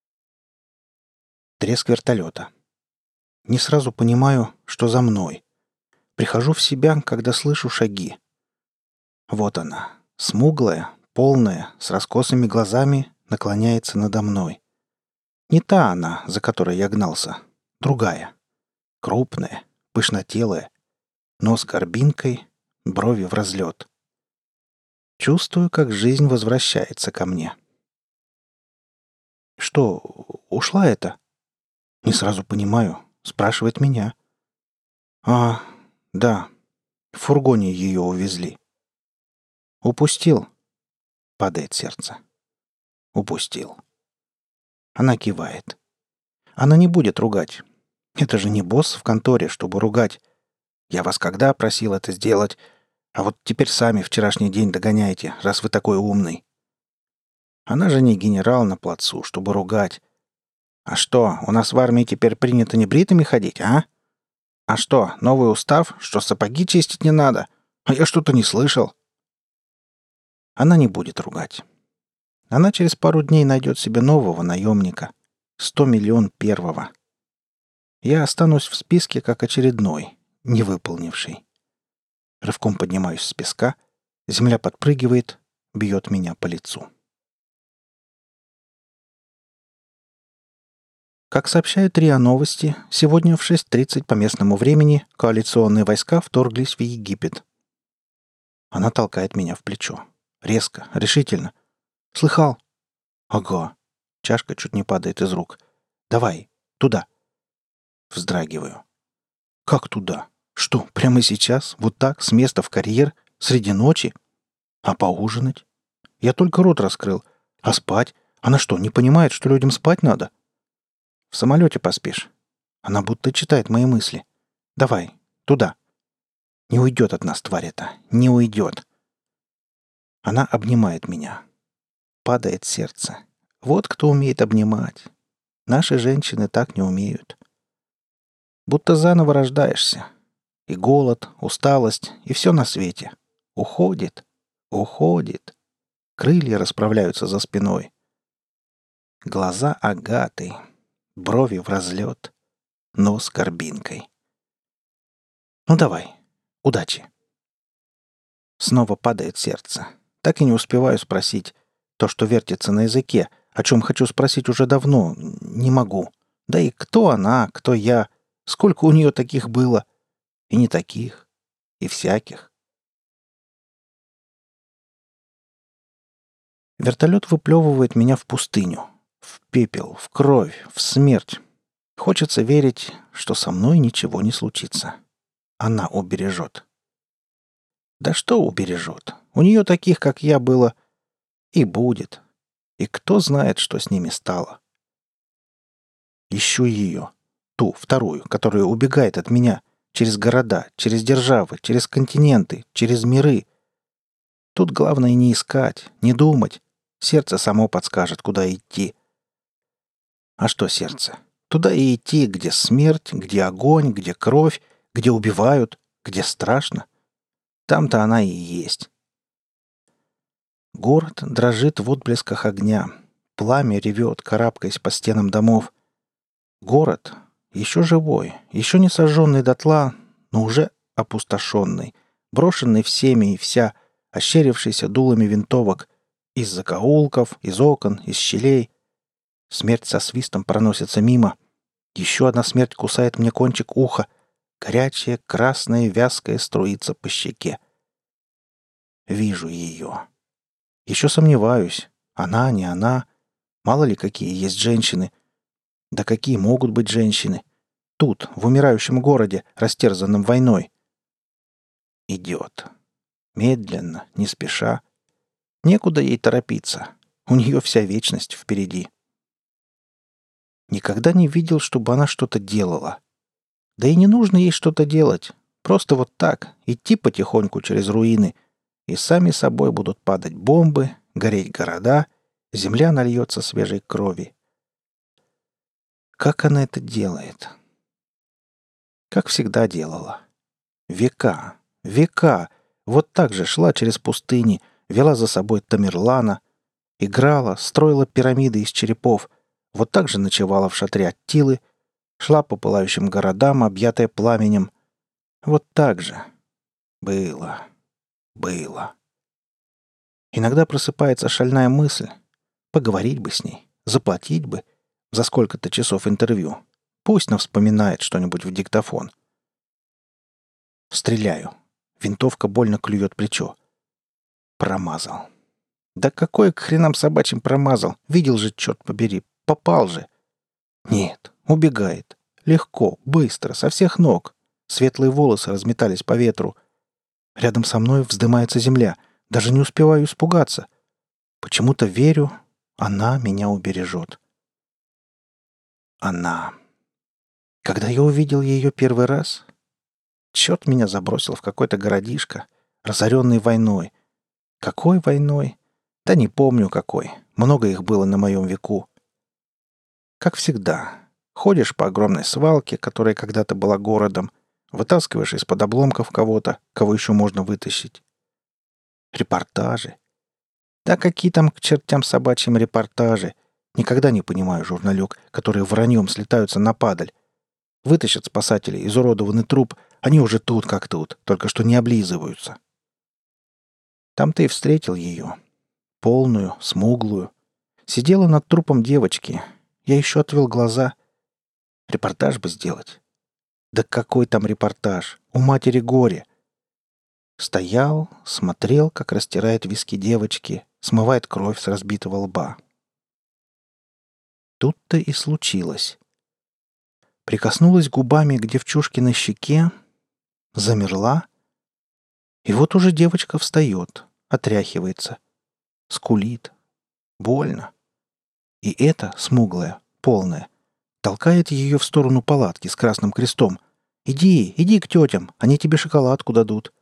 Треск вертолета. Не сразу понимаю, что за мной. Прихожу в себя, когда слышу шаги. Вот она, смуглая, полная, с раскосыми глазами, наклоняется надо мной. Не та она, за которой я гнался. Другая. Крупная, пышнотелая. Нос горбинкой, брови в разлет. Чувствую, как жизнь возвращается ко мне. «Что, ушла это?» Не сразу понимаю. Спрашивает меня. «А, да, в фургоне ее увезли». «Упустил?» Падает сердце. «Упустил». Она кивает. Она не будет ругать. Это же не босс в конторе, чтобы ругать. Я вас когда просил это сделать? А вот теперь сами вчерашний день догоняете, раз вы такой умный. Она же не генерал на плацу, чтобы ругать. А что, у нас в армии теперь принято небритыми ходить, а? А что, новый устав, что сапоги чистить не надо? А я что-то не слышал. Она не будет ругать. Она через пару дней найдет себе нового наемника. 100 миллион первого. Я останусь в списке как очередной, не выполнивший. Рывком поднимаюсь с песка, земля подпрыгивает, бьет меня по лицу. Как сообщают РИА Новости, сегодня в 6:30 по местному времени коалиционные войска вторглись в Египет. Она толкает меня в плечо. Резко, решительно. «Слыхал?» «Ага». Чашка чуть не падает из рук. «Давай, туда». Вздрагиваю. «Как туда? Что, прямо сейчас? Вот так, с места в карьер? Среди ночи? А поужинать? Я только рот раскрыл. А спать? Она что, не понимает, что людям спать надо?» «В самолете поспишь». Она будто читает мои мысли. «Давай, туда». Не уйдет от нас, тварь эта. Не уйдет. Она обнимает меня. Падает сердце. Вот кто умеет обнимать. Наши женщины так не умеют. Будто заново рождаешься. И голод, усталость, и все на свете. Уходит. Уходит. Крылья расправляются за спиной. Глаза агатой. Брови в разлет. Нос горбинкой. Ну давай. Удачи. Снова падает сердце. Так и не успеваю спросить. То, что вертится на языке, о чем хочу спросить уже давно, не могу. Да и кто она, кто я? Сколько у нее таких было? И не таких, и всяких. Вертолет выплевывает меня в пустыню. В пепел, в кровь, в смерть. Хочется верить, что со мной ничего не случится. Она убережет. Да что убережет? У нее таких, как я, было и будет. И кто знает, что с ними стало. Ищу ее. Ту, вторую, которая убегает от меня. Через города, через державы, через континенты, через миры. Тут главное не искать, не думать. Сердце само подскажет, куда идти. А что сердце? Туда и идти, где смерть, где огонь, где кровь, где убивают, где страшно. Там-то она и есть. Город дрожит в отблесках огня. Пламя ревет, карабкаясь по стенам домов. Город еще живой, еще не сожженный дотла, но уже опустошенный, брошенный всеми и вся, ощерившийся дулами винтовок, из закоулков, из окон, из щелей. Смерть со свистом проносится мимо. Еще одна смерть кусает мне кончик уха. Горячая, красная, вязкая струится по щеке. Вижу ее. Еще сомневаюсь. Она, не она. Мало ли какие есть женщины. Да какие могут быть женщины? Тут, в умирающем городе, растерзанном войной. Идет. Медленно, не спеша. Некуда ей торопиться. У нее вся вечность впереди. Никогда не видел, чтобы она что-то делала. Да и не нужно ей что-то делать. Просто вот так, идти потихоньку через руины, и сами собой будут падать бомбы, гореть города, земля нальется свежей крови. Как она это делает? Как всегда делала. Века, века. Вот так же шла через пустыни, вела за собой Тамерлана, играла, строила пирамиды из черепов, вот так же ночевала в шатре Аттилы, шла по пылающим городам, объятая пламенем. Вот так же. Было. Было. Иногда просыпается шальная мысль. Поговорить бы с ней, заплатить бы за сколько-то часов интервью. Пусть она вспоминает что-нибудь в диктофон. Стреляю. Винтовка больно клюет плечо. Промазал. Да какой к хренам собачьим промазал? Видел же, черт побери. Попал же. Нет, убегает. Легко, быстро, со всех ног. Светлые волосы разметались по ветру. Рядом со мной вздымается земля. Даже не успеваю испугаться. Почему-то верю, она меня убережет. Она. Когда я увидел ее первый раз, черт меня забросил в какой-то городишко, разоренный войной. Какой войной? Да не помню какой. Много их было на моем веку. Как всегда. Ходишь по огромной свалке, которая когда-то была городом, вытаскиваешь из-под обломков кого-то, кого еще можно вытащить. Репортажи. Да какие там к чертям собачьим репортажи? Никогда не понимаю журналюк, которые враньем слетаются на падаль. Вытащат спасатели изуродованный труп, они уже тут как тут, только что не облизываются. Там ты и встретил ее. Полную, смуглую. Сидела над трупом девочки. Я еще отвел глаза. Репортаж бы сделать. Да какой там репортаж? У матери горе. Стоял, смотрел, как растирает виски девочки, смывает кровь с разбитого лба. Тут-то и случилось. Прикоснулась губами к девчушкиной щеке, замерла, и вот уже девочка встает, отряхивается, скулит. Больно. И эта, смуглая, полная, толкает ее в сторону палатки с красным крестом. «Иди, иди к тетям, они тебе шоколадку дадут».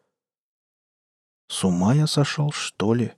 С ума я сошел, что ли?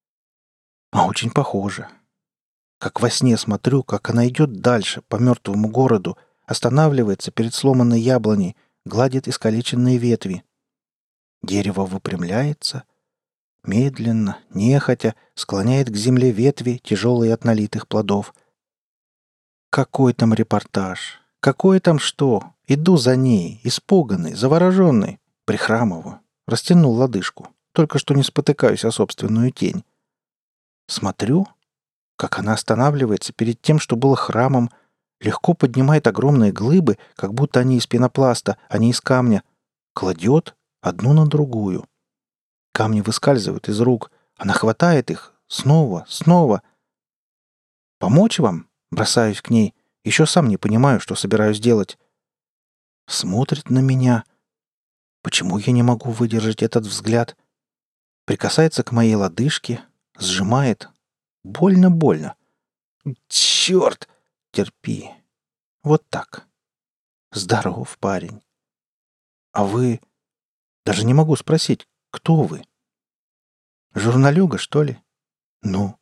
А очень похоже. Как во сне смотрю, как она идет дальше, по мертвому городу, останавливается перед сломанной яблоней, гладит искалеченные ветви. Дерево выпрямляется, медленно, нехотя, склоняет к земле ветви, тяжелые от налитых плодов. Какой там репортаж? Какое там что? Иду за ней, испуганный, завороженный, прихрамываю, растянул лодыжку, только что не спотыкаюсь о собственную тень. Смотрю, как она останавливается перед тем, что было храмом, легко поднимает огромные глыбы, как будто они из пенопласта, а не из камня, кладет одну на другую. Камни выскальзывают из рук, она хватает их снова, снова. «Помочь вам?» Бросаюсь к ней, еще сам не понимаю, что собираюсь делать. Смотрит на меня. Почему я не могу выдержать этот взгляд? Прикасается к моей лодыжке, сжимает. Больно-больно. Черт! Терпи. Вот так. Здоров, парень. А вы... Даже не могу спросить, кто вы? Журналюга, что ли? Ну?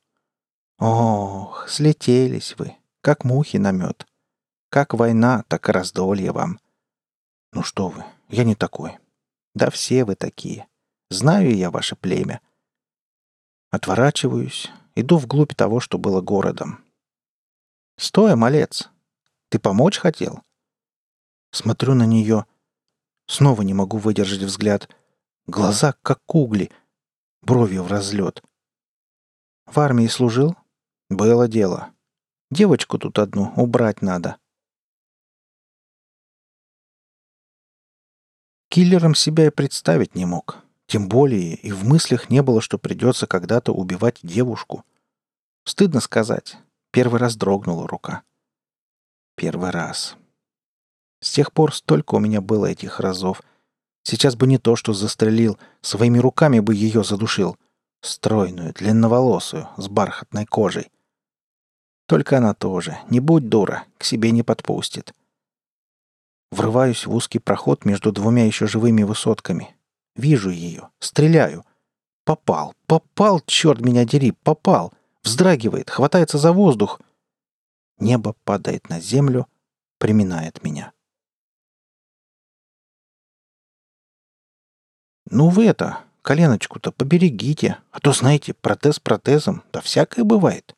Ох, слетелись вы, как мухи на мед. Как война, так и раздолье вам. Ну что вы, я не такой. Да все вы такие. Знаю я ваше племя. Отворачиваюсь, иду вглубь того, что было городом. Стой, малец. Ты помочь хотел? Смотрю на нее. Снова не могу выдержать взгляд. Глаза, как угли. Бровью в разлет. В армии служил? Было дело. Девочку тут одну убрать надо. Киллером себя и представить не мог. Тем более и в мыслях не было, что придется когда-то убивать девушку. Стыдно сказать. Первый раз дрогнула рука. Первый раз. С тех пор столько у меня было этих разов. Сейчас бы не то, что застрелил, своими руками бы ее задушил. Стройную, длинноволосую, с бархатной кожей. Только она тоже, не будь дура, к себе не подпустит. Врываюсь в узкий проход между двумя еще живыми высотками. Вижу ее, стреляю. Попал, черт меня дери, попал. Вздрагивает, хватается за воздух. Небо падает на землю, приминает меня. «Ну вы это, коленочку-то поберегите, а то, знаете, протез протезом, да всякое бывает».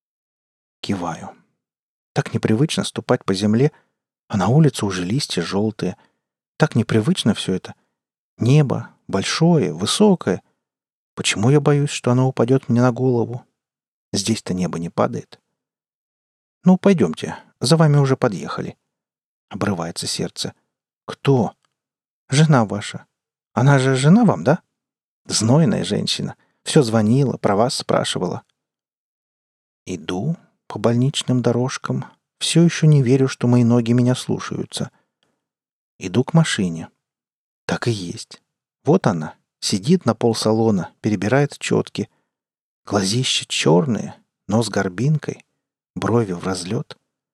Киваю. Так непривычно ступать по земле, а на улице уже листья желтые. Так непривычно все это. Небо большое, высокое. Почему я боюсь, что оно упадет мне на голову? Здесь-то небо не падает. «Ну, пойдемте, за вами уже подъехали». Обрывается сердце. «Кто?» «Жена ваша. Она же жена вам, да?» «Знойная женщина. Все звонила, про вас спрашивала». Иду по больничным дорожкам. Все еще не верю, что мои ноги меня слушаются. Иду к машине. Так и есть. Вот она. Сидит на полсалона, перебирает четки. Глазища черные, нос горбинкой, брови в разлет.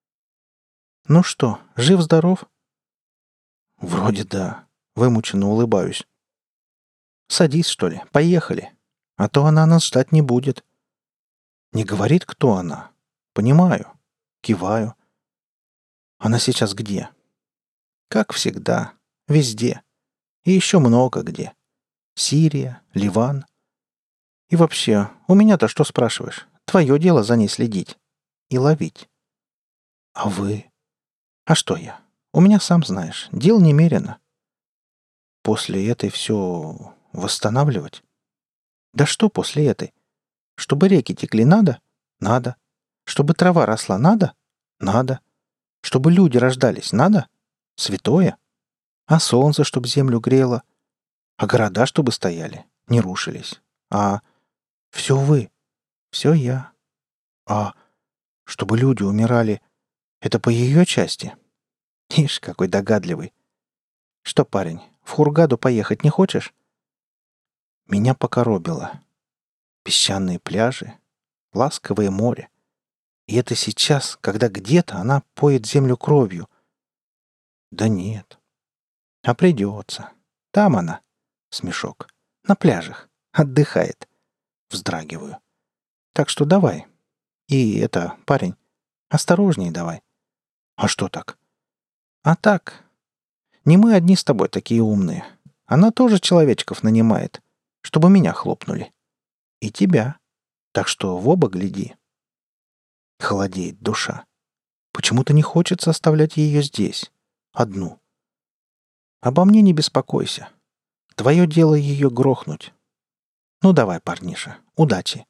«Ну что, жив-здоров?» «Вроде да». Вымученно улыбаюсь. «Садись, что ли, поехали. А то она нас ждать не будет». Не говорит, кто она. Понимаю. Киваю. Она сейчас где? Как всегда. Везде. И еще много где. Сирия, Ливан. И вообще, у меня-то что спрашиваешь? Твое дело за ней следить. И ловить. А вы? А что я? У меня, сам знаешь, дел немерено. После этой все восстанавливать? Да что после этой? Чтобы реки текли надо? Надо. Чтобы трава росла надо? Надо. Чтобы люди рождались надо? Святое. А солнце, чтобы землю грело? А города, чтобы стояли, не рушились? А все вы, все я. А чтобы люди умирали, это по ее части? Ишь, какой догадливый. Что, парень, в Хургаду поехать не хочешь? Меня покоробило. Песчаные пляжи, ласковое море. И это сейчас, когда где-то она поет землю кровью. Да нет. А придется. Там она. Смешок. На пляжах. Отдыхает. Вздрагиваю. Так что давай. И это, парень, осторожней давай. А что так? А так. Не мы одни с тобой такие умные. Она тоже человечков нанимает, чтобы меня хлопнули. И тебя. Так что в оба гляди. Холодеет душа. Почему-то не хочется оставлять ее здесь. Одну. Обо мне не беспокойся. Твое дело ее грохнуть. Ну давай, парниша, удачи.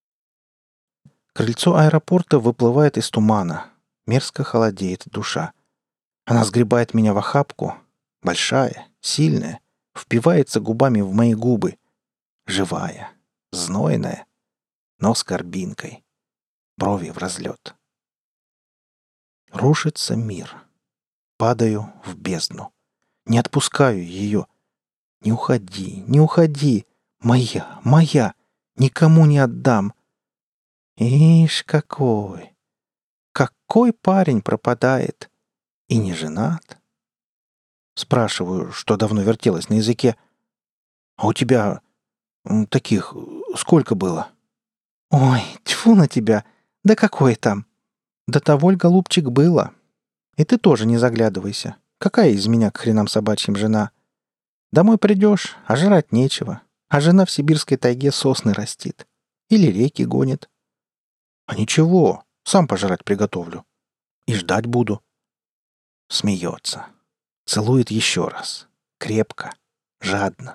Крыльцо аэропорта выплывает из тумана. Мерзко холодеет душа. Она сгребает меня в охапку. Большая, сильная. Впивается губами в мои губы. Живая, знойная, но с горбинкой. Брови в разлет. Рушится мир. Падаю в бездну. Не отпускаю ее. Не уходи, не уходи. Моя, моя. Никому не отдам. Ишь, какой! Какой парень пропадает! И не женат? Спрашиваю, что давно вертелось на языке. А у тебя таких сколько было? Ой, тьфу на тебя! Да какой там! До того, голубчик, было. И ты тоже не заглядывайся. Какая из меня к хренам собачьим жена? Домой придешь, а жрать нечего. А жена в сибирской тайге сосны растит. Или реки гонит. А ничего, сам пожрать приготовлю. И ждать буду. Смеется. Целует еще раз. Крепко. Жадно.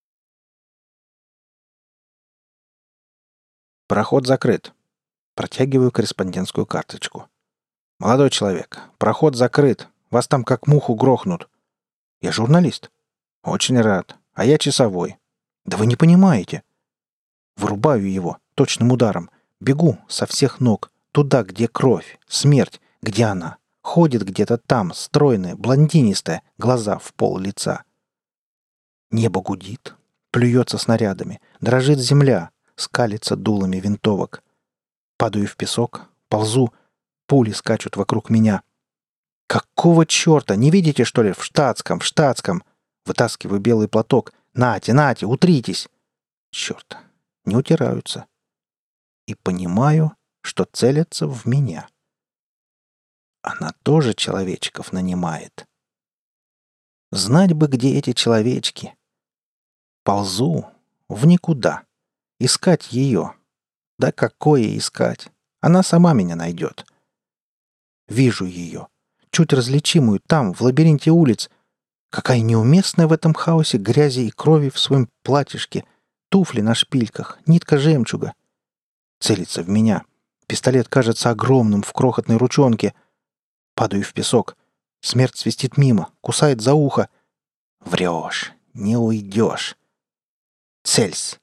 Проход закрыт. Протягиваю корреспондентскую карточку. «Молодой человек, проход закрыт. Вас там как муху грохнут». «Я журналист». «Очень рад. А я часовой». «Да вы не понимаете». Вырубаю его точным ударом. Бегу со всех ног. Туда, где кровь, смерть. Где она? Ходит где-то там, стройная, блондинистая, глаза в пол лица. Небо гудит. Плюется снарядами. Дрожит земля. Скалится дулами винтовок. Падаю в песок. Ползу. Пули скачут вокруг меня. «Какого черта? Не видите, что ли? В штатском, в штатском!» Вытаскиваю белый платок. «Нате, нате, утритесь!» Черт, не утираются. И понимаю, что целятся в меня. Она тоже человечков нанимает. Знать бы, где эти человечки. Ползу, В никуда. Искать ее. Да какое искать? Она сама меня найдет. Вижу ее. Чуть различимую там, в лабиринте улиц. Какая неуместная в этом хаосе грязи и крови в своем платьишке. Туфли на шпильках, нитка жемчуга. Целится в меня. Пистолет кажется огромным в крохотной ручонке. Падаю в песок. Смерть свистит мимо, кусает за ухо. Врешь, не уйдешь. Целься.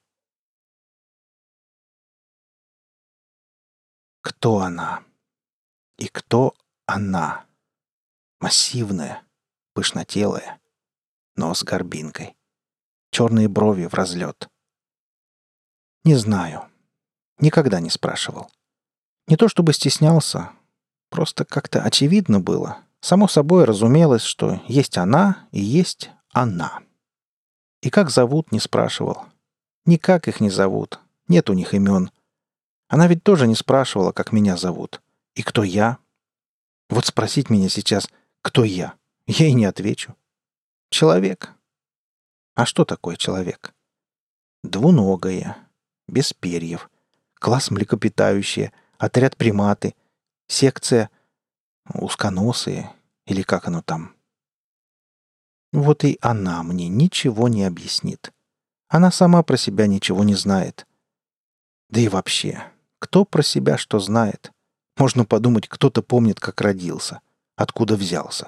Кто она? И кто она? Массивная, пышнотелая, но с горбинкой. Черные брови в разлет. Не знаю. Никогда не спрашивал. Не то чтобы стеснялся, просто как-то очевидно было. Само собой разумелось, что есть она и есть она. И как зовут, не спрашивал. Никак их не зовут. Нет у них имен. Она ведь тоже не спрашивала, как меня зовут. И кто я? Вот спросить меня сейчас, кто я, я и не отвечу. Человек. А что такое человек? Двуногое, без перьев, класс млекопитающие, отряд приматы, секция узконосые, или как оно там. Вот и она мне ничего не объяснит. Она сама про себя ничего не знает. Да и вообще, кто про себя что знает? Можно подумать, кто-то помнит, как родился, откуда взялся.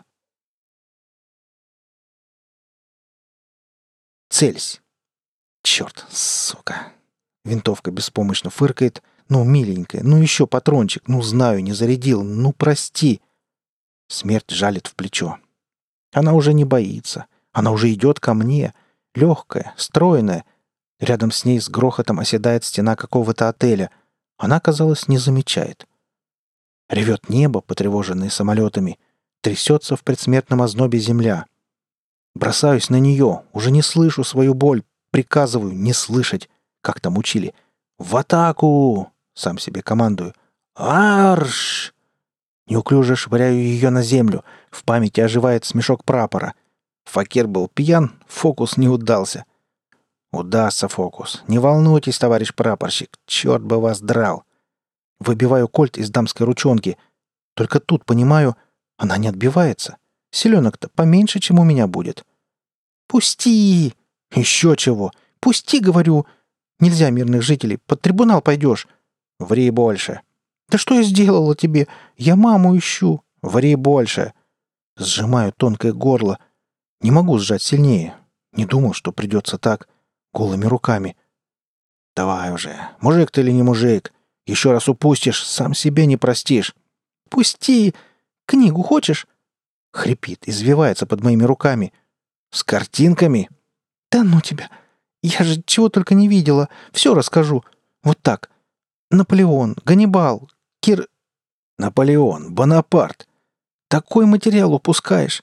Целься. Черт, сука. Винтовка беспомощно фыркает. Ну, миленькая, ну еще патрончик, ну знаю, не зарядил, ну прости. Смерть жалит в плечо. Она уже не боится. Она уже идет ко мне. Легкая, стройная. Рядом с ней с грохотом оседает стена какого-то отеля. Она, казалось, не замечает. Ревет небо, потревоженное самолетами. Трясется в предсмертном ознобе земля. Бросаюсь на нее, уже не слышу свою боль. Приказываю не слышать, как там учили. «В атаку!» — сам себе командую. «Арш!» Неуклюже швыряю ее на землю. В памяти оживает смешок прапора. Факир был пьян, фокус не удался. Удастся фокус. Не волнуйтесь, товарищ прапорщик. Черт бы вас драл. Выбиваю кольт из дамской ручонки. Только тут понимаю, она не отбивается. Селенок-то поменьше, чем у меня будет. «Пусти!» «Еще чего! Пусти, говорю! Нельзя мирных жителей, под трибунал пойдешь!» «Ври больше!» «Да что я сделала тебе? Я маму ищу!» «Ври больше!» Сжимаю тонкое горло. Не могу сжать сильнее. Не думал, что придется так, голыми руками. «Давай уже! Мужик ты или не мужик? Еще раз упустишь, сам себе не простишь!» «Пусти! Книгу хочешь?» Хрипит, извивается под моими руками. «С картинками?» «Да ну тебя! Я же чего только не видела. Все расскажу. Вот так. Наполеон, Ганнибал, Наполеон, Бонапарт. Такой материал упускаешь!»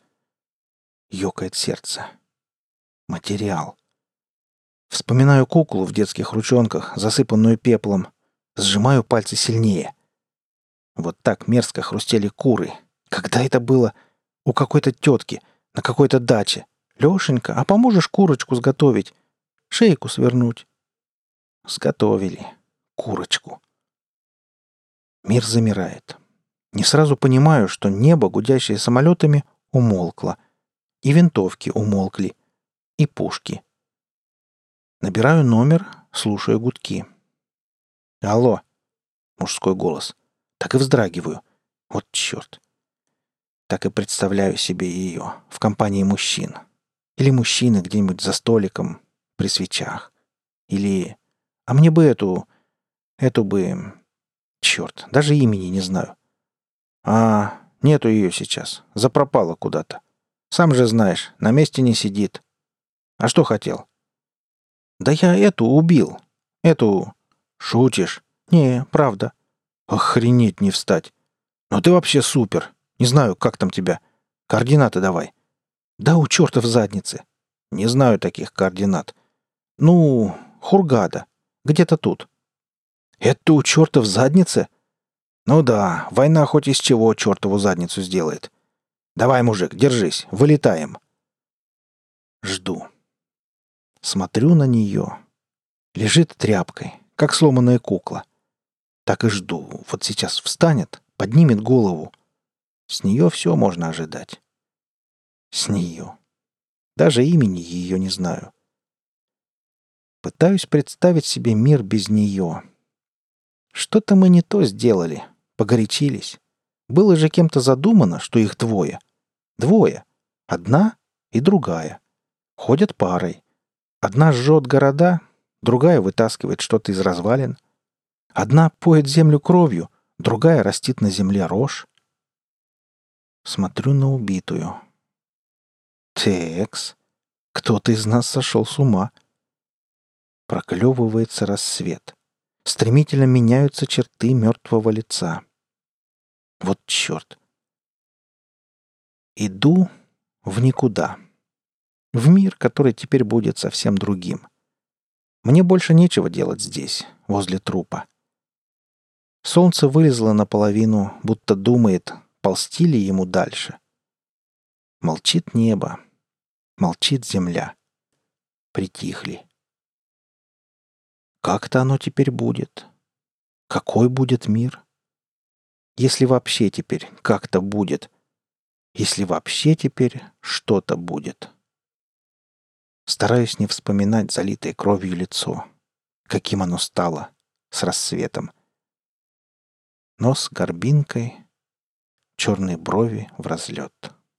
Ёкает сердце. Материал. Вспоминаю куклу в детских ручонках, засыпанную пеплом. Сжимаю пальцы сильнее. Вот так мерзко хрустели куры. Когда это было? У какой-то тетки, на какой-то даче. «Лешенька, а поможешь курочку сготовить? Шейку свернуть?» Сготовили. Курочку. Мир замирает. Не сразу понимаю, что небо, гудящее самолетами, умолкло. И винтовки умолкли. И пушки. Набираю номер, слушаю гудки. «Алло!» — мужской голос. Так и вздрагиваю. Вот черт. Так и представляю себе ее в компании мужчин. Или мужчины где-нибудь за столиком, при свечах. Или... А мне бы эту бы... Черт, даже имени не знаю. А, нету ее сейчас. Запропала куда-то. Сам же знаешь, на месте не сидит. А что хотел? Да я эту убил. Эту... Шутишь? Не, правда. Охренеть не встать. Но ты вообще супер. Не знаю, как там тебя. Координаты давай. Да у черта в заднице. Не знаю таких координат. Ну, Хургада. Где-то тут. Это у черта в заднице? Ну да, война хоть из чего чертову задницу сделает. Давай, мужик, держись, вылетаем. Жду. Смотрю на нее. Лежит тряпкой, как сломанная кукла. Так и жду. Вот сейчас встанет, поднимет голову. С нее все можно ожидать. С нее. Даже имени ее не знаю. Пытаюсь представить себе мир без нее. Что-то мы не то сделали. Погорячились. Было же кем-то задумано, что их двое. Двое. Одна и другая. Ходят парой. Одна жжет города, другая вытаскивает что-то из развалин. Одна поет землю кровью, другая растит на земле рожь. Смотрю на убитую. Текс. Кто-то из нас сошел с ума. Проклевывается рассвет. Стремительно меняются черты мертвого лица. Вот черт. Иду в никуда. В мир, который теперь будет совсем другим. Мне больше нечего делать здесь, возле трупа. Солнце вылезло наполовину, будто думает, ползти ли ему дальше. Молчит небо. Молчит земля. Притихли. Как-то оно теперь будет. Какой будет мир? Если вообще теперь как-то будет. Если вообще теперь что-то будет. Стараюсь не вспоминать залитое кровью лицо. Каким оно стало с рассветом. Нос горбинкой, черные брови в разлет.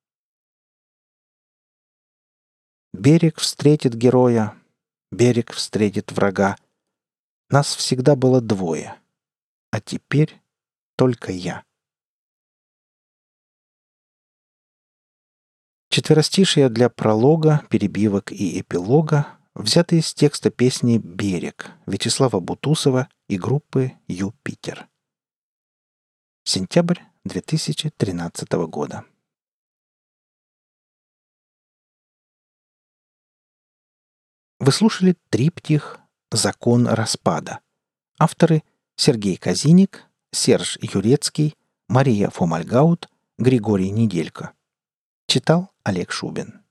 Берег встретит героя, берег встретит врага. Нас всегда было двое, а теперь только я. Четверостишие для пролога, перебивок и эпилога взяты из текста песни «Берег» Вячеслава Бутусова и группы «Юпитер». Сентябрь 2013 года. Вы слушали триптих «Закон распада». Авторы Сергей Казиник, Серж Юрецкий, Мария Фомальгаут, Григорий Неделько. Читал Олег Шубин.